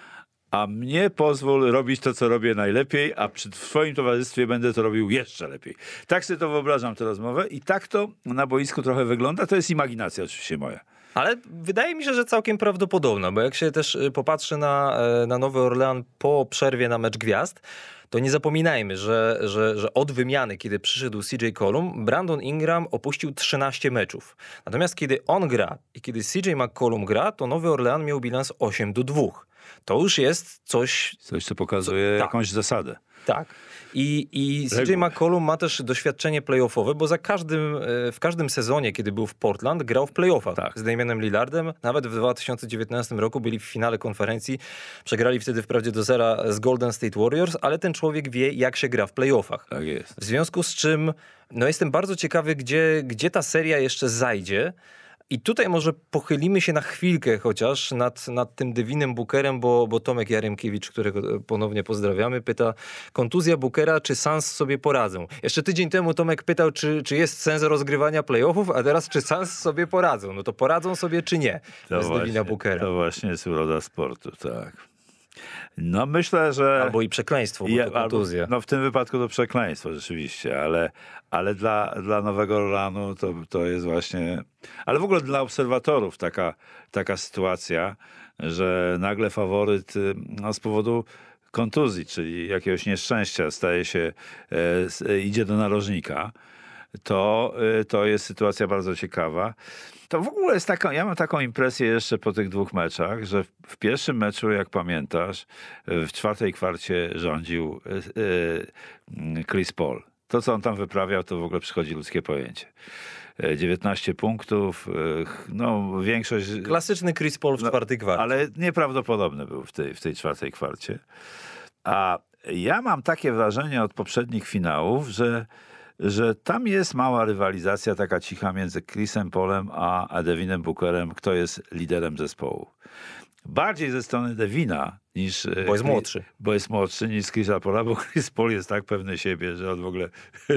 a mnie pozwól robić to, co robię najlepiej, a przy, w swoim towarzystwie będę to robił jeszcze lepiej. Tak sobie to wyobrażam, tę rozmowę i tak to na boisku trochę wygląda. To jest imaginacja oczywiście moja. Ale wydaje mi się, że całkiem prawdopodobna, bo jak się też popatrzy na, na Nowy Orlean po przerwie na mecz gwiazd, to nie zapominajmy, że, że, że od wymiany, kiedy przyszedł C J McCollum, Brandon Ingram opuścił trzynaście meczów. Natomiast kiedy on gra i kiedy C J McCollum gra, to Nowy Orlean miał bilans osiem do dwóch. To już jest coś... Coś, co pokazuje co, jakąś tak. zasadę. Tak. I, i C J McCollum ma też doświadczenie playoffowe, bo za każdym, w każdym sezonie, kiedy był w Portland, grał w playoffach tak. z Damianem Lillardem. Nawet w dwa tysiące dziewiętnastym roku byli w finale konferencji. Przegrali wtedy wprawdzie do zera z Golden State Warriors, ale ten człowiek wie, jak się gra w playoffach. Tak jest. W związku z czym no jestem bardzo ciekawy, gdzie, gdzie ta seria jeszcze zajdzie. I tutaj może pochylimy się na chwilkę chociaż nad, nad tym Devinem Bookerem, bo, bo Tomek Jaremkiewicz, którego ponownie pozdrawiamy, pyta: kontuzja Bookera, czy Suns sobie poradzą? Jeszcze tydzień temu Tomek pytał, czy, czy jest sens rozgrywania playoffów, a teraz czy Suns sobie poradzą? No to poradzą sobie, czy nie? To bez Devina Bookera. To właśnie jest uroda sportu, tak. No myślę, że... Albo i przekleństwo, bo ja, to kontuzja. Albo, no w tym wypadku to przekleństwo rzeczywiście, ale, ale dla, dla Nowego Orleanu to, to jest właśnie... Ale w ogóle dla obserwatorów taka, taka sytuacja, że nagle faworyt no, z powodu kontuzji, czyli jakiegoś nieszczęścia staje się, e, idzie do narożnika, to, to jest sytuacja bardzo ciekawa. To w ogóle jest taka, ja mam taką impresję jeszcze po tych dwóch meczach, że w pierwszym meczu, jak pamiętasz, w czwartej kwarcie rządził Chris Paul. To, co on tam wyprawiał, to w ogóle przychodzi ludzkie pojęcie. dziewiętnaście punktów, no większość... Klasyczny Chris Paul w czwartej kwarcie. Ale nieprawdopodobny był w tej, w tej czwartej kwarcie. A ja mam takie wrażenie od poprzednich finałów, że że tam jest mała rywalizacja taka cicha między Chrisem Paulem a Devinem Bookerem, kto jest liderem zespołu. bardziej ze strony Devina niż... Bo jest młodszy. Bo jest młodszy niż Chrisa Paula, bo Chris Paul jest tak pewny siebie, że on w ogóle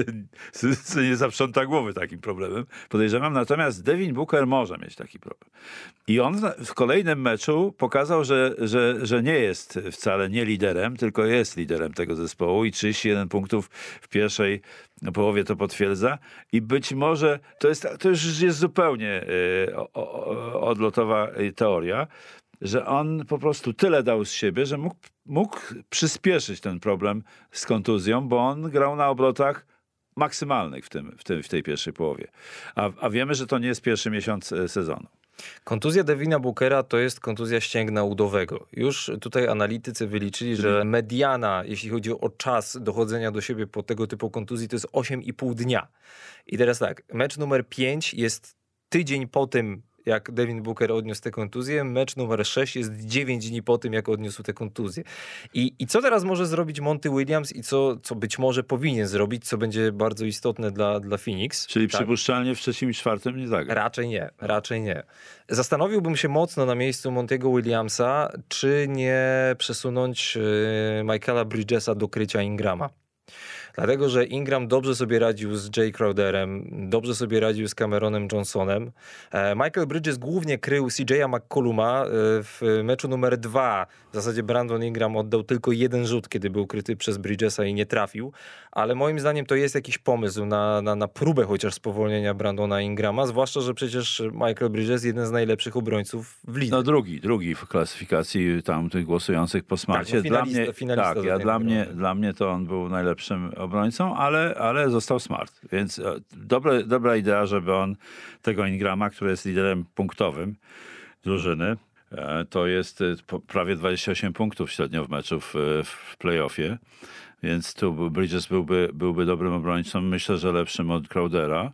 nie zaprząta głowy takim problemem. Podejrzewam, natomiast Devin Booker może mieć taki problem. I on w kolejnym meczu pokazał, że, że, że nie jest wcale nie liderem, tylko jest liderem tego zespołu i trzydzieści jeden punktów w pierwszej połowie to potwierdza. I być może to, jest, to już jest zupełnie y, o, o, odlotowa teoria, że on po prostu tyle dał z siebie, że mógł, mógł przyspieszyć ten problem z kontuzją, bo on grał na obrotach maksymalnych w, tym, w, tym, w tej pierwszej połowie. A, a wiemy, że to nie jest pierwszy miesiąc sezonu. Kontuzja Devina Bookera to jest kontuzja ścięgna udowego. Już tutaj analitycy wyliczyli, że mediana, jeśli chodzi o czas dochodzenia do siebie po tego typu kontuzji, to jest osiem i pół dnia. I teraz tak, mecz numer pięć jest tydzień po tym, jak Devin Booker odniósł tę kontuzję. Mecz numer sześć jest dziewięć dni po tym, jak odniósł tę kontuzję. I, i co teraz może zrobić Monty Williams i co, co być może powinien zrobić, co będzie bardzo istotne dla, dla Phoenix? Czyli tak? Przypuszczalnie w trzecim i czwartym nie zagra. Raczej nie, raczej nie. Zastanowiłbym się mocno na miejscu Monty'ego Williamsa, czy nie przesunąć yy, Michaela Bridgesa do krycia Ingrama. Dlatego, że Ingram dobrze sobie radził z Jay Crowderem, dobrze sobie radził z Cameronem Johnsonem. Michael Bridges głównie krył C J a McColluma. W meczu numer dwa w zasadzie Brandon Ingram oddał tylko jeden rzut, kiedy był kryty przez Bridgesa i nie trafił. Ale moim zdaniem to jest jakiś pomysł na, na, na próbę chociaż spowolnienia Brandona Ingrama, zwłaszcza, że przecież Michael Bridges jeden z najlepszych obrońców w lidze. No drugi, drugi w klasyfikacji tam tych głosujących po smarcie. Tak, no finalista, dla mnie, finalista tak, ja, dla, mnie, grony. dla mnie to on był najlepszym obrońcą, ale, ale został smart. Więc dobre, dobra idea, żeby on tego Ingrama, który jest liderem punktowym drużyny, to jest prawie dwadzieścia osiem punktów średnio w meczu w, w playoffie. Więc tu Bridges byłby, byłby dobrym obrońcą. Myślę, że lepszym od Crowdera.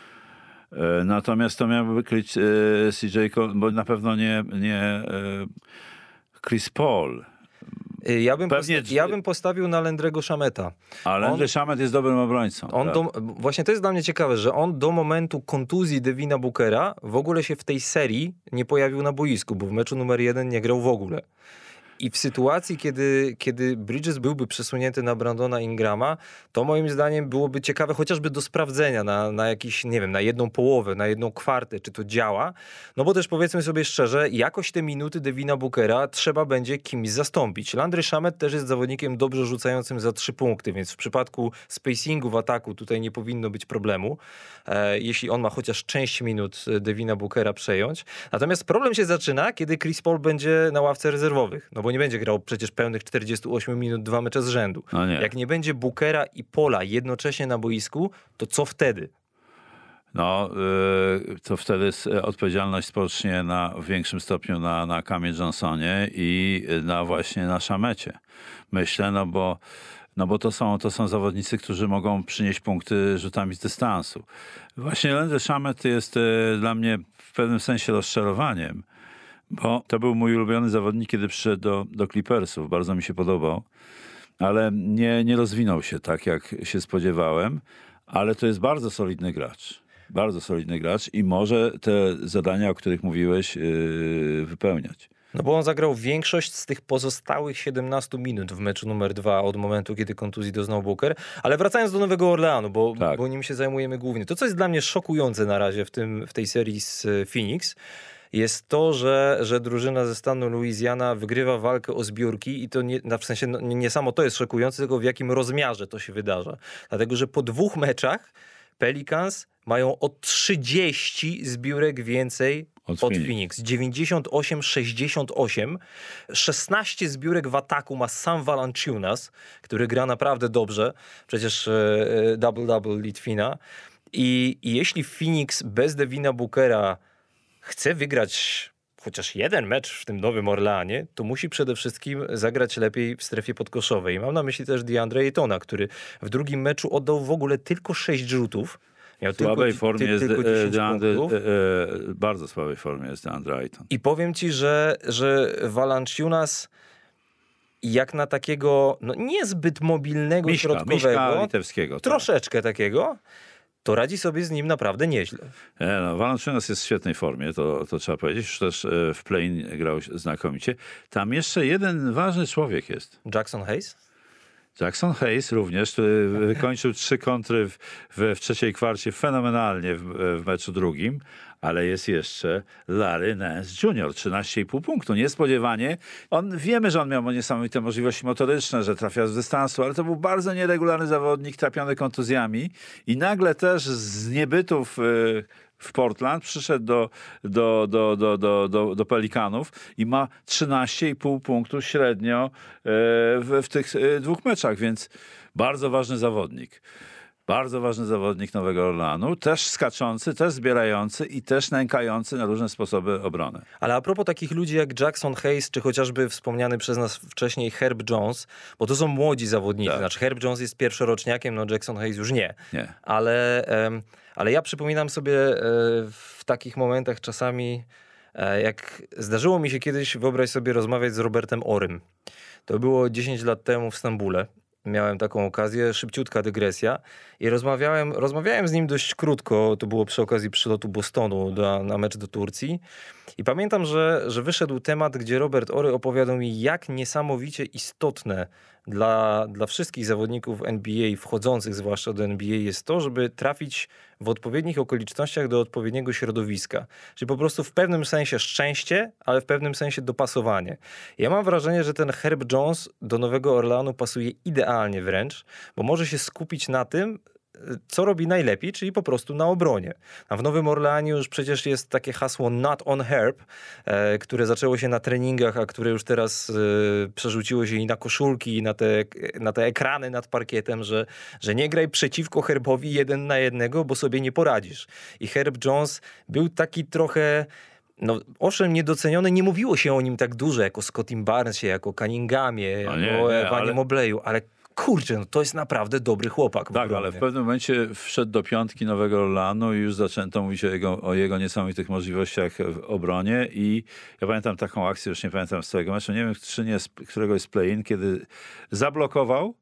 Natomiast to miałby kryć C J, bo na pewno nie, nie Chris Paul. Ja bym, Pewnie, posta- ja bym postawił na Landry'ego Shameta. Ale Landry Shamet jest dobrym obrońcą. On tak. do, właśnie to jest dla mnie ciekawe, że on do momentu kontuzji Devina Bookera w ogóle się w tej serii nie pojawił na boisku, bo w meczu numer jeden nie grał w ogóle. I w sytuacji, kiedy, kiedy Bridges byłby przesunięty na Brandona Ingrama, to moim zdaniem byłoby ciekawe chociażby do sprawdzenia na, na jakiś, nie wiem, na jedną połowę, na jedną kwartę, czy to działa. No bo też powiedzmy sobie szczerze, jakoś te minuty Devina Bookera trzeba będzie kimś zastąpić. Landry Shamet też jest zawodnikiem dobrze rzucającym za trzy punkty, więc w przypadku spacingu w ataku tutaj nie powinno być problemu, e, jeśli on ma chociaż część minut Devina Bookera przejąć. Natomiast problem się zaczyna, kiedy Chris Paul będzie na ławce rezerwowych. No bo nie będzie grał przecież pełnych czterdzieści osiem minut, dwa mecze z rzędu. No nie. Jak nie będzie Bookera i Pola jednocześnie na boisku, to co wtedy? No, yy, to wtedy odpowiedzialność spocznie na, w większym stopniu na, na Camie Johnsonie i na właśnie na Shamecie. Myślę, no bo, no bo to, są, to są zawodnicy, którzy mogą przynieść punkty rzutami z dystansu. Właśnie Landry Shamet jest yy, dla mnie w pewnym sensie rozczarowaniem, bo to był mój ulubiony zawodnik, kiedy przyszedł do, do Clippersów. Bardzo mi się podobał, ale nie, nie rozwinął się tak, jak się spodziewałem. Ale to jest bardzo solidny gracz. Bardzo solidny gracz i może te zadania, o których mówiłeś, yy, wypełniać. No bo on zagrał większość z tych pozostałych siedemnastu minut w meczu numer dwa od momentu, kiedy kontuzji doznał Booker. Ale wracając do Nowego Orleanu, bo, Tak. bo nim się zajmujemy głównie. To, co jest dla mnie szokujące na razie w, tym, w tej serii z Phoenix, jest to, że, że drużyna ze stanu Louisiana wygrywa walkę o zbiórki i to nie, w sensie no, nie samo to jest szokujące, tylko w jakim rozmiarze to się wydarza. Dlatego, że po dwóch meczach Pelicans mają o trzydzieści zbiórek więcej Od od Phoenix. Phoenix. dziewięćdziesiąt osiem sześćdziesiąt osiem. szesnaście zbiórek w ataku ma Sam Valanciunas, który gra naprawdę dobrze. Przecież e, double-double Litwina. I, I jeśli Phoenix bez Devina Bookera chce wygrać chociaż jeden mecz w tym Nowym Orleanie, to musi przede wszystkim zagrać lepiej w strefie podkoszowej. Mam na myśli też DeAndre Aytona, który w drugim meczu oddał w ogóle tylko sześć rzutów. Miał W słabej tylko, formie ty, jest tylko de, dziesięć DeAndre, punktów. e, e, bardzo słabej formie jest DeAndre Ayton. I powiem ci, że, że Valanciunas jak na takiego no, niezbyt mobilnego Miśka, środkowego, Miśka Litewskiego. Tak. troszeczkę takiego, to radzi sobie z nim naprawdę nieźle. Nie, no, Valanciunas jest w świetnej formie, to, to trzeba powiedzieć. Już też w play-in grał znakomicie. Tam jeszcze jeden ważny człowiek jest. Jackson Hayes? Jackson Hayes również, który wykończył trzy kontry w, w, w trzeciej kwarcie fenomenalnie w, w meczu drugim, ale jest jeszcze Larry Nance junior, trzynaście i pół punktu. Niespodziewanie. On, wiemy, że on miał niesamowite możliwości motoryczne, że trafia z dystansu, ale to był bardzo nieregularny zawodnik, trapiony kontuzjami i nagle też z niebytów yy, w Portland przyszedł do, do, do, do, do, do, do Pelikanów i ma trzynaście i pół punktu średnio w, w tych dwóch meczach, więc bardzo ważny zawodnik. Bardzo ważny zawodnik Nowego Orleanu, też skaczący, też zbierający i też nękający na różne sposoby obronę. Ale a propos takich ludzi jak Jackson Hayes, czy chociażby wspomniany przez nas wcześniej Herb Jones, bo to są młodzi zawodnicy. Tak. Znaczy Herb Jones jest pierwszoroczniakiem, no Jackson Hayes już nie. Nie. Ale, em, ale ja przypominam sobie e, w takich momentach czasami, e, jak zdarzyło mi się kiedyś, wyobraź sobie, rozmawiać z Robertem Orym. To było dziesięć lat temu w Stambule. Miałem taką okazję, szybciutka dygresja i rozmawiałem, rozmawiałem z nim dość krótko, to było przy okazji przylotu Bostonu do, na mecz do Turcji i pamiętam, że, że wyszedł temat, gdzie Robert Ory opowiadał mi, jak niesamowicie istotne dla, dla wszystkich zawodników N B A, wchodzących zwłaszcza do N B A, jest to, żeby trafić w odpowiednich okolicznościach do odpowiedniego środowiska. Czyli po prostu w pewnym sensie szczęście, ale w pewnym sensie dopasowanie. Ja mam wrażenie, że ten Herb Jones do Nowego Orleanu pasuje idealnie wręcz, bo może się skupić na tym, co robi najlepiej, czyli po prostu na obronie. A w Nowym Orleanie już przecież jest takie hasło not on Herb, e, które zaczęło się na treningach, a które już teraz e, przerzuciło się i na koszulki, i na te, na te ekrany nad parkietem, że, że nie graj przeciwko Herbowi jeden na jednego, bo sobie nie poradzisz. I Herb Jones był taki trochę... No, owszem, niedoceniony, nie mówiło się o nim tak dużo, jako Scottim Barnesie, jako Cunninghamie, No nie, jako nie, Ewanie ale... Mobleyu, ale kurczę, no to jest naprawdę dobry chłopak. Tak, ale w pewnym momencie wszedł do piątki Nowego Orleanu i już zaczęto mówić o jego, o jego niesamowitych możliwościach w obronie i ja pamiętam taką akcję, już nie pamiętam z całego meczu, nie wiem, czy nie, którego jest play-in, kiedy zablokował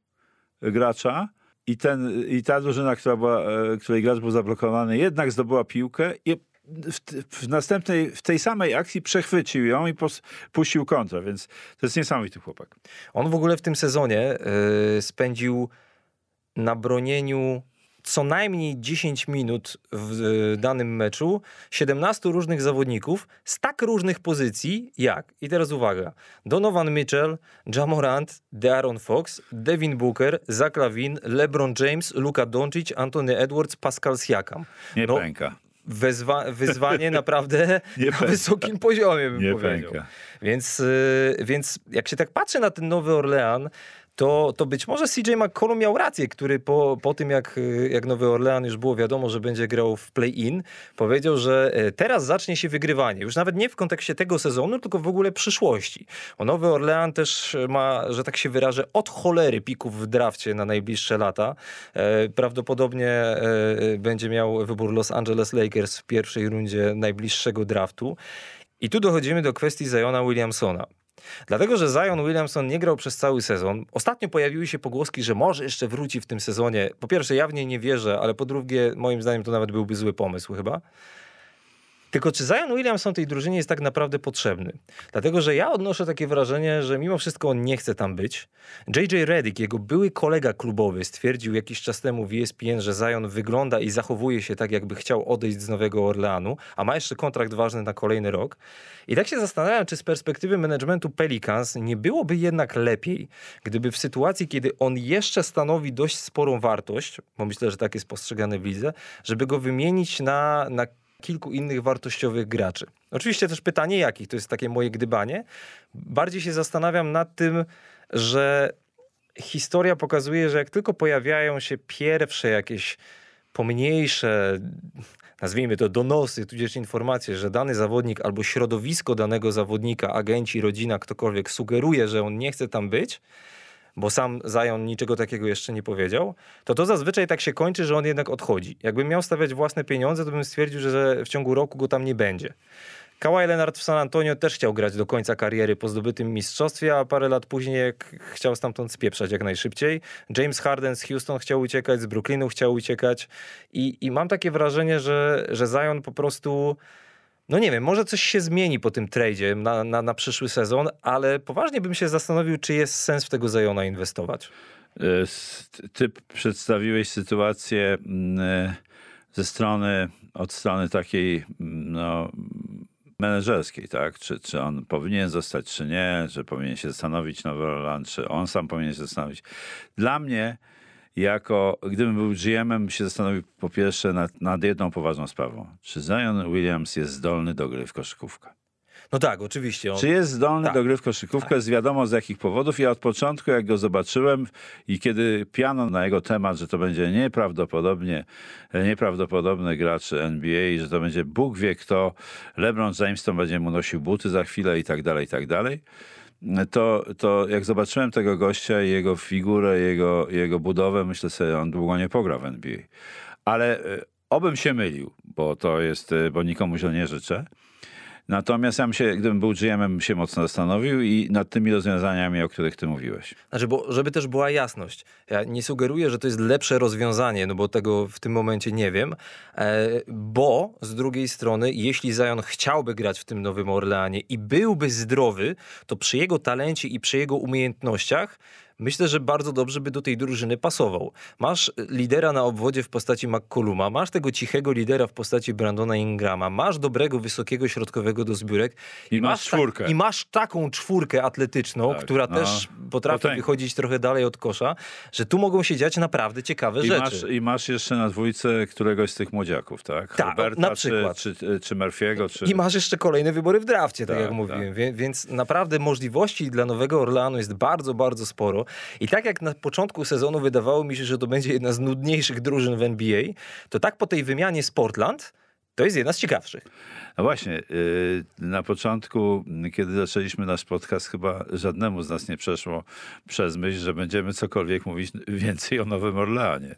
gracza i, ten, i ta drużyna, która była, której gracz był zablokowany, jednak zdobyła piłkę i W, w następnej, w tej samej akcji przechwycił ją i pos, puścił kontrę, więc to jest niesamowity chłopak. On w ogóle w tym sezonie yy, spędził na bronieniu co najmniej dziesięć minut w y, danym meczu siedemnastu różnych zawodników z tak różnych pozycji jak, i teraz uwaga, Donovan Mitchell, Ja Morant, De'Aaron Fox, Devin Booker, Zach LaVine, LeBron James, Luka Doncic, Anthony Edwards, Pascal Siakam. Nie no, pęka. Wezwa- wyzwanie naprawdę Nie na pęka. wysokim poziomie, bym Nie powiedział. pęka. Więc, yy, więc jak się tak patrzy na ten Nowy Orlean, to, to być może C J McCollum miał rację, który po, po tym, jak, jak Nowy Orlean już było wiadomo, że będzie grał w play-in, powiedział, że teraz zacznie się wygrywanie. Już nawet nie w kontekście tego sezonu, tylko w ogóle przyszłości. O Nowy Orlean też ma, że tak się wyrażę, od cholery pików w drafcie na najbliższe lata. E, prawdopodobnie e, będzie miał wybór Los Angeles Lakers w pierwszej rundzie najbliższego draftu. I tu dochodzimy do kwestii Ziona Williamsona. Dlatego, że Zion Williamson nie grał przez cały sezon. Ostatnio pojawiły się pogłoski, że może jeszcze wróci w tym sezonie. Po pierwsze, ja w nie nie wierzę, ale po drugie, moim zdaniem to nawet byłby zły pomysł chyba. Tylko czy Zion Williamson tej drużynie jest tak naprawdę potrzebny? Dlatego, że ja odnoszę takie wrażenie, że mimo wszystko on nie chce tam być. J J Redick, jego były kolega klubowy, stwierdził jakiś czas temu w E S P N, że Zion wygląda i zachowuje się tak, jakby chciał odejść z Nowego Orleanu, a ma jeszcze kontrakt ważny na kolejny rok. I tak się zastanawiam, czy z perspektywy managementu Pelicans nie byłoby jednak lepiej, gdyby w sytuacji, kiedy on jeszcze stanowi dość sporą wartość, bo myślę, że tak jest postrzegane w lidze, żeby go wymienić na, na kilku innych wartościowych graczy. Oczywiście też pytanie jakich, to jest takie moje gdybanie. Bardziej się zastanawiam nad tym, że historia pokazuje, że jak tylko pojawiają się pierwsze jakieś pomniejsze, nazwijmy to donosy, tudzież informacje, że dany zawodnik albo środowisko danego zawodnika, agenci, rodzina, ktokolwiek sugeruje, że on nie chce tam być, bo sam Zion niczego takiego jeszcze nie powiedział, to to zazwyczaj tak się kończy, że on jednak odchodzi. Jakbym miał stawiać własne pieniądze, to bym stwierdził, że w ciągu roku go tam nie będzie. Kawhi Leonard w San Antonio też chciał grać do końca kariery po zdobytym mistrzostwie, a parę lat później jak chciał stamtąd spieprzać jak najszybciej. James Harden z Houston chciał uciekać, z Brooklynu chciał uciekać i, i mam takie wrażenie, że, że Zion po prostu... No nie wiem, może coś się zmieni po tym tradzie na, na, na przyszły sezon, ale poważnie bym się zastanowił, czy jest sens w tego Ziona inwestować. Ty przedstawiłeś sytuację ze strony, od strony takiej no, menedżerskiej, tak? Czy, czy on powinien zostać, czy nie, że powinien się zastanowić Nowy Orleans, czy on sam powinien się zastanowić. Dla mnie, jako, gdybym był G M-em, się zastanowił po pierwsze nad, nad jedną poważną sprawą. Czy Zion Williams jest zdolny do gry w koszykówkę? No tak, oczywiście. On... Czy jest zdolny tak. do gry w koszykówkę? Tak. Z wiadomo z jakich powodów. Ja od początku, jak go zobaczyłem i kiedy piano na jego temat, że to będzie nieprawdopodobnie, nieprawdopodobny gracz N B A i że to będzie Bóg wie kto, LeBron James to będzie mu nosił buty za chwilę i tak dalej, i tak dalej. To, to jak zobaczyłem tego gościa, jego figurę, jego, jego budowę, myślę sobie, on długo nie pogra w N B A. Ale obym się mylił, bo to jest, bo nikomu źle nie życzę. Natomiast ja bym się, gdybym był G M-em, się mocno zastanowił i nad tymi rozwiązaniami, o których ty mówiłeś. Znaczy, bo żeby też była jasność. Ja nie sugeruję, że to jest lepsze rozwiązanie, no bo tego w tym momencie nie wiem, e, bo z drugiej strony, jeśli Zion chciałby grać w tym Nowym Orleanie i byłby zdrowy, to przy jego talencie i przy jego umiejętnościach myślę, że bardzo dobrze by do tej drużyny pasował. Masz lidera na obwodzie w postaci McColluma, masz tego cichego lidera w postaci Brandona Ingrama, masz dobrego, wysokiego, środkowego do zbiórek i, i masz czwórkę. Ta, I masz taką czwórkę atletyczną, tak, która no, też potrafi potęg. wychodzić trochę dalej od kosza, że tu mogą się dziać naprawdę ciekawe I rzeczy. Masz, I masz jeszcze na dwójce któregoś z tych młodziaków, tak? Tak, Roberta, na przykład. Czy, czy, czy Murphy'ego. Czy... I masz jeszcze kolejne wybory w drafcie, tak, tak jak mówiłem. Tak. Wie, więc naprawdę możliwości dla Nowego Orleanu jest bardzo, bardzo sporo. I tak jak na początku sezonu wydawało mi się, że to będzie jedna z nudniejszych drużyn w N B A, to tak po tej wymianie z Portland to jest jedna z ciekawszych. No właśnie, yy, na początku, kiedy zaczęliśmy nasz podcast, chyba żadnemu z nas nie przeszło przez myśl, że będziemy cokolwiek mówić więcej o Nowym Orleanie.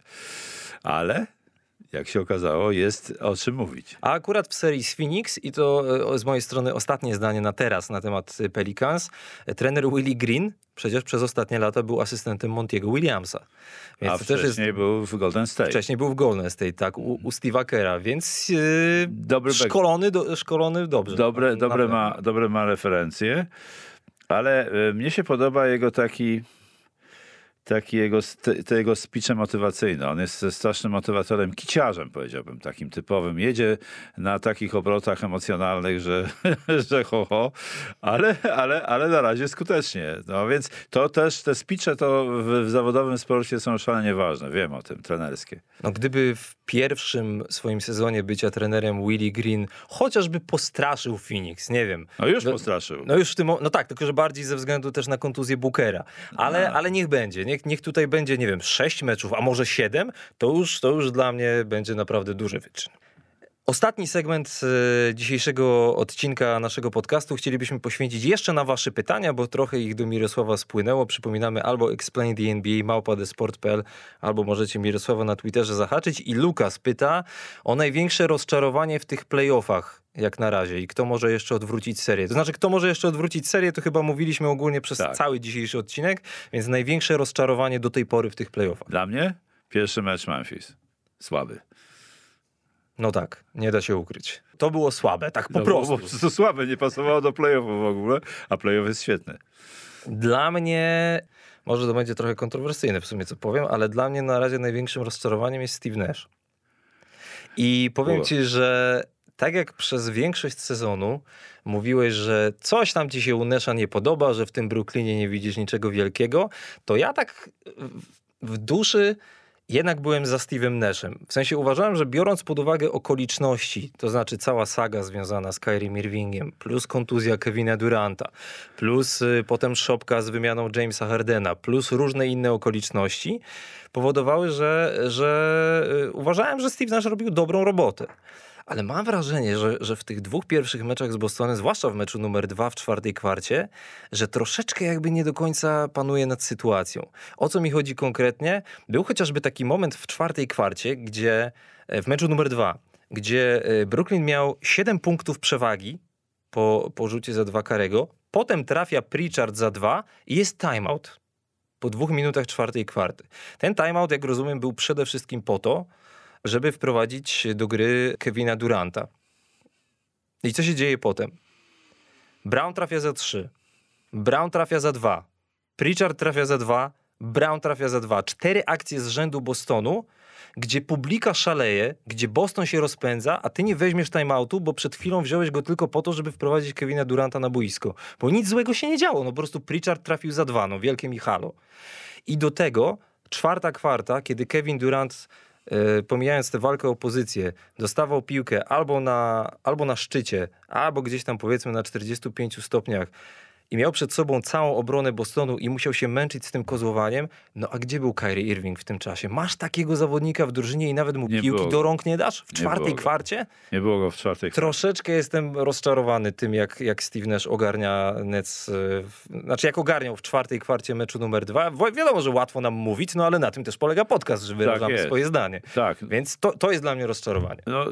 Ale... jak się okazało, jest o czym mówić. A akurat w serii z Phoenix, i to z mojej strony ostatnie zdanie na teraz na temat Pelicans, trener Willie Green przecież przez ostatnie lata był asystentem Montiego Williamsa. Więc A to wcześniej też jest, był w Golden State. Wcześniej był w Golden State, tak, u, u Steve'a Kerra, więc yy, Dobry szkolony, do, szkolony dobrze. Dobre, dobre, ma, dobre ma referencje, ale y, mnie się podoba jego taki... taki jego, te, te jego speeche motywacyjne. On jest strasznym motywatorem, kiciarzem powiedziałbym, takim typowym. Jedzie na takich obrotach emocjonalnych, że, że ho, ho, ale, ale, ale na razie skutecznie. No więc to też, te speeche to w, w zawodowym sporcie są szalenie ważne. Wiem o tym, trenerskie. No gdyby w pierwszym swoim sezonie bycia trenerem Willie Green chociażby postraszył Phoenix, nie wiem. No już no, postraszył. No już w tym, no tak, tylko że bardziej ze względu też na kontuzję Bookera. Ale, ale niech będzie. Niech, niech tutaj będzie, nie wiem, sześć meczów, a może siedem, to już, to już dla mnie będzie naprawdę duży wyczyn. Ostatni segment e, dzisiejszego odcinka naszego podcastu chcielibyśmy poświęcić jeszcze na wasze pytania, bo trochę ich do Mirosława spłynęło. Przypominamy albo explain the N B A, małpa the sport kropka p l, albo możecie Mirosława na Twitterze zahaczyć. I Lukas pyta o największe rozczarowanie w tych playoffach jak na razie i kto może jeszcze odwrócić serię. To znaczy, kto może jeszcze odwrócić serię, to chyba mówiliśmy ogólnie przez tak. cały dzisiejszy odcinek, więc największe rozczarowanie do tej pory w tych playoffach. Dla mnie pierwszy mecz Memphis. Słaby. No tak, nie da się ukryć. To było słabe, tak po no, prostu. Bo, bo to słabe, nie pasowało do playoffów w ogóle, a playoff jest świetny. Dla mnie, może to będzie trochę kontrowersyjne w sumie co powiem, ale dla mnie na razie największym rozczarowaniem jest Steve Nash. I powiem Ua. ci, że tak jak przez większość sezonu mówiłeś, że coś tam ci się u Nasha nie podoba, że w tym Brooklynie nie widzisz niczego wielkiego, to ja tak w duszy jednak byłem za Steve'em Nashem. W sensie uważałem, że biorąc pod uwagę okoliczności, to znaczy cała saga związana z Kyrie Irvingiem, plus kontuzja Kevina Duranta, plus y, potem szopka z wymianą Jamesa Hardena, plus różne inne okoliczności, powodowały, że, że y, uważałem, że Steve Nash robił dobrą robotę. Ale mam wrażenie, że, że w tych dwóch pierwszych meczach z Bostonem, zwłaszcza w meczu numer dwa w czwartej kwarcie, że troszeczkę jakby nie do końca panuje nad sytuacją. O co mi chodzi konkretnie? Był chociażby taki moment w czwartej kwarcie, gdzie w meczu numer dwa, gdzie Brooklyn miał siedem punktów przewagi po, po rzucie za dwa Curry'ego. Potem trafia Pritchard za dwa i jest timeout po dwóch minutach czwartej kwarty. Ten timeout, jak rozumiem, był przede wszystkim po to, żeby wprowadzić do gry Kevina Duranta. I co się dzieje potem? Brown trafia za trzy. Brown trafia za dwa. Pritchard trafia za dwa. Brown trafia za dwa. Cztery akcje z rzędu Bostonu, gdzie publika szaleje, gdzie Boston się rozpędza, a ty nie weźmiesz timeoutu, bo przed chwilą wziąłeś go tylko po to, żeby wprowadzić Kevina Duranta na boisko. Bo nic złego się nie działo. No po prostu Pritchard trafił za dwa. No wielkie mi halo. I do tego czwarta kwarta, kiedy Kevin Durant, yy, pomijając tę walkę o pozycję, dostawał piłkę albo na, albo na szczycie, albo gdzieś tam powiedzmy na czterdziestu pięciu stopniach, i miał przed sobą całą obronę Bostonu i musiał się męczyć z tym kozłowaniem, no a gdzie był Kyrie Irving w tym czasie? Masz takiego zawodnika w drużynie i nawet mu Nie piłki było. do rąk nie dasz? W Nie czwartej było go. kwarcie? Nie było go w czwartej kwarcie. Troszeczkę jestem rozczarowany tym, jak, jak Steve Nash ogarnia Nets, yy, w, znaczy jak ogarniał w czwartej kwarcie meczu numer dwa. Wi- wiadomo, że łatwo nam mówić, no ale na tym też polega podcast, że wyrażamy jest. swoje zdanie. Tak. Więc to, to jest dla mnie rozczarowanie. No,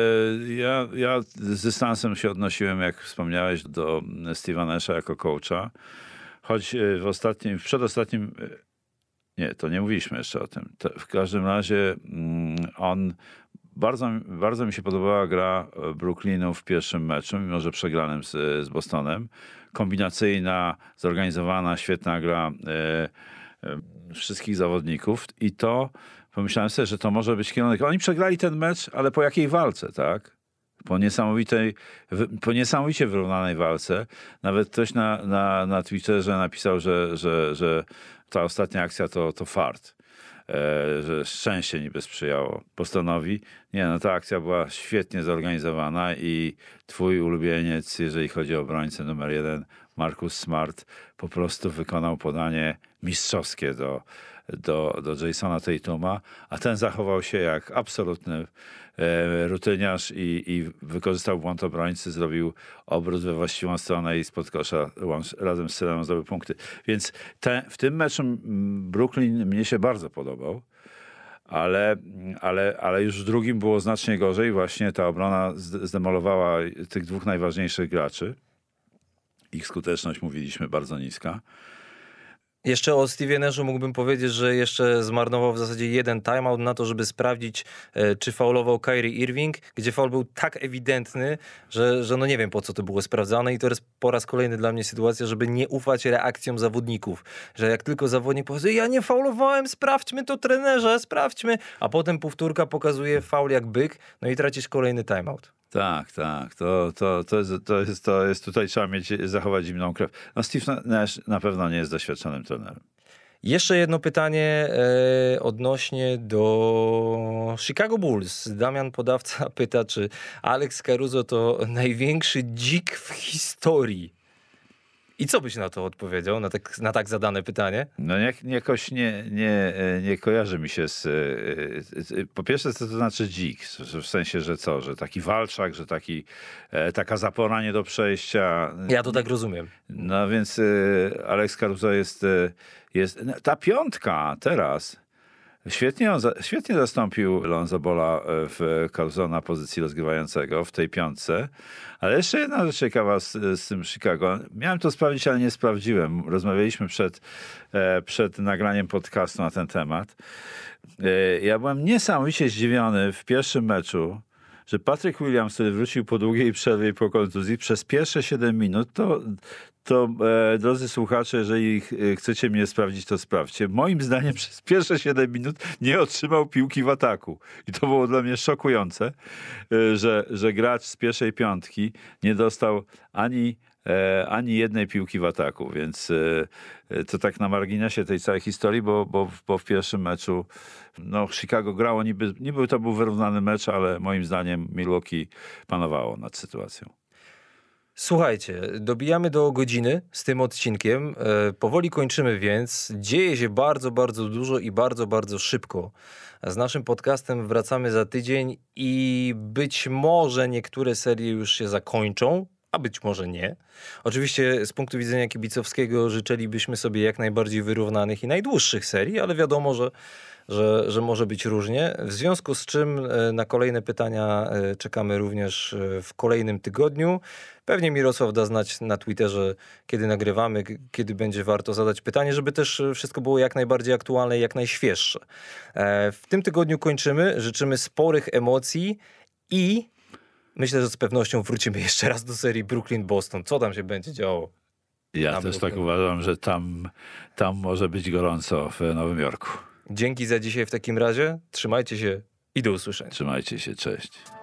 e, ja, ja z dystansem się odnosiłem, jak wspomniałeś, do Steve'a Nasha jako coacha. Choć e, w ostatnim, w przedostatnim, e, nie, to nie mówiliśmy jeszcze o tym. To w każdym razie mm, on, bardzo, bardzo mi się podobała gra Brooklynu w pierwszym meczu, mimo że przegranym z, z Bostonem. Kombinacyjna, zorganizowana, świetna gra e, e, wszystkich zawodników i to pomyślałem sobie, że to może być kierunek. Oni przegrali ten mecz, ale po jakiej walce, tak? Po niesamowitej, po niesamowicie wyrównanej walce. Nawet ktoś na, na, na Twitterze napisał, że, że, że ta ostatnia akcja to, to fart. E, że szczęście niby sprzyjało Bostonowi. Nie, no ta akcja była świetnie zorganizowana i twój ulubieniec, jeżeli chodzi o obrońcę numer jeden, Marcus Smart, po prostu wykonał podanie mistrzowskie do, do, do Jasona Tatuma, a ten zachował się jak absolutny e, rutyniarz i, i wykorzystał błąd obrońcy, zrobił obrót we właściwą stronę i spod kosza łącz, razem z Syleną zdobył punkty. Więc te, w tym meczu Brooklyn mnie się bardzo podobał, ale, ale, ale już w drugim było znacznie gorzej. Właśnie ta obrona zdemolowała tych dwóch najważniejszych graczy. Ich skuteczność, mówiliśmy, bardzo niska. Jeszcze o Stevie Nashu mógłbym powiedzieć, że jeszcze zmarnował w zasadzie jeden timeout na to, żeby sprawdzić, e, czy faulował Kyrie Irving, gdzie faul był tak ewidentny, że, że no nie wiem, po co to było sprawdzane i to jest po raz kolejny dla mnie sytuacja, żeby nie ufać reakcjom zawodników. Że jak tylko zawodnik powie, ja nie faulowałem, sprawdźmy to trenerze, sprawdźmy, a potem powtórka pokazuje faul jak byk, no i tracisz kolejny timeout. Tak, tak. To, to, to, jest, to, jest, to jest tutaj trzeba mieć, zachować zimną krew. No Steve Nash na pewno nie jest doświadczonym trenerem. Jeszcze jedno pytanie e, odnośnie do Chicago Bulls. Damian Podawca pyta, czy Alex Caruso to największy dzik w historii. I co byś na to odpowiedział, na tak, na tak zadane pytanie? No nie, jakoś nie, nie, nie kojarzy mi się z... Po pierwsze, co to znaczy dzik? W sensie, że co? Że taki walczak, że taki, taka zapora nie do przejścia. Ja to tak rozumiem. No więc Alex Caruso jest... jest ta piątka teraz... Świetnie, on za, świetnie zastąpił Lonzo Balla w Caruso na pozycji rozgrywającego w tej piątce. Ale jeszcze jedna rzecz ciekawa z, z tym Chicago. Miałem to sprawdzić, ale nie sprawdziłem. Rozmawialiśmy przed, przed nagraniem podcastu na ten temat. Ja byłem niesamowicie zdziwiony w pierwszym meczu, że Patrick Williams, który wrócił po długiej przerwie i po kontuzji, przez pierwsze siedem minut, to, to e, drodzy słuchacze, jeżeli ch chcecie mnie sprawdzić, to sprawdźcie. Moim zdaniem przez pierwsze siedem minut nie otrzymał piłki w ataku. I to było dla mnie szokujące, e, że, że gracz z pierwszej piątki nie dostał ani E, ani jednej piłki w ataku, więc e, to tak na marginesie tej całej historii, bo, bo, bo w pierwszym meczu no, Chicago grało, niby, niby to był wyrównany mecz, ale moim zdaniem Milwaukee panowało nad sytuacją. Słuchajcie, dobijamy do godziny z tym odcinkiem. E, powoli kończymy więc. Dzieje się bardzo, bardzo dużo i bardzo, bardzo szybko. Z naszym podcastem wracamy za tydzień i być może niektóre serie już się zakończą, a być może nie. Oczywiście z punktu widzenia kibicowskiego życzylibyśmy sobie jak najbardziej wyrównanych i najdłuższych serii, ale wiadomo, że że, że może być różnie. W związku z czym e, na kolejne pytania e, czekamy również e, w kolejnym tygodniu. Pewnie Mirosław da znać na Twitterze, kiedy nagrywamy, k- kiedy będzie warto zadać pytanie, żeby też e, wszystko było jak najbardziej aktualne i jak najświeższe. E, W tym tygodniu kończymy. Życzymy sporych emocji i myślę, że z pewnością wrócimy jeszcze raz do serii Brooklyn-Boston. Co tam się będzie działo? Ja Na też tak Brooklyn. uważam, że tam, tam może być gorąco w Nowym Jorku. Dzięki za dzisiaj w takim razie. Trzymajcie się i do usłyszenia. Trzymajcie się, cześć.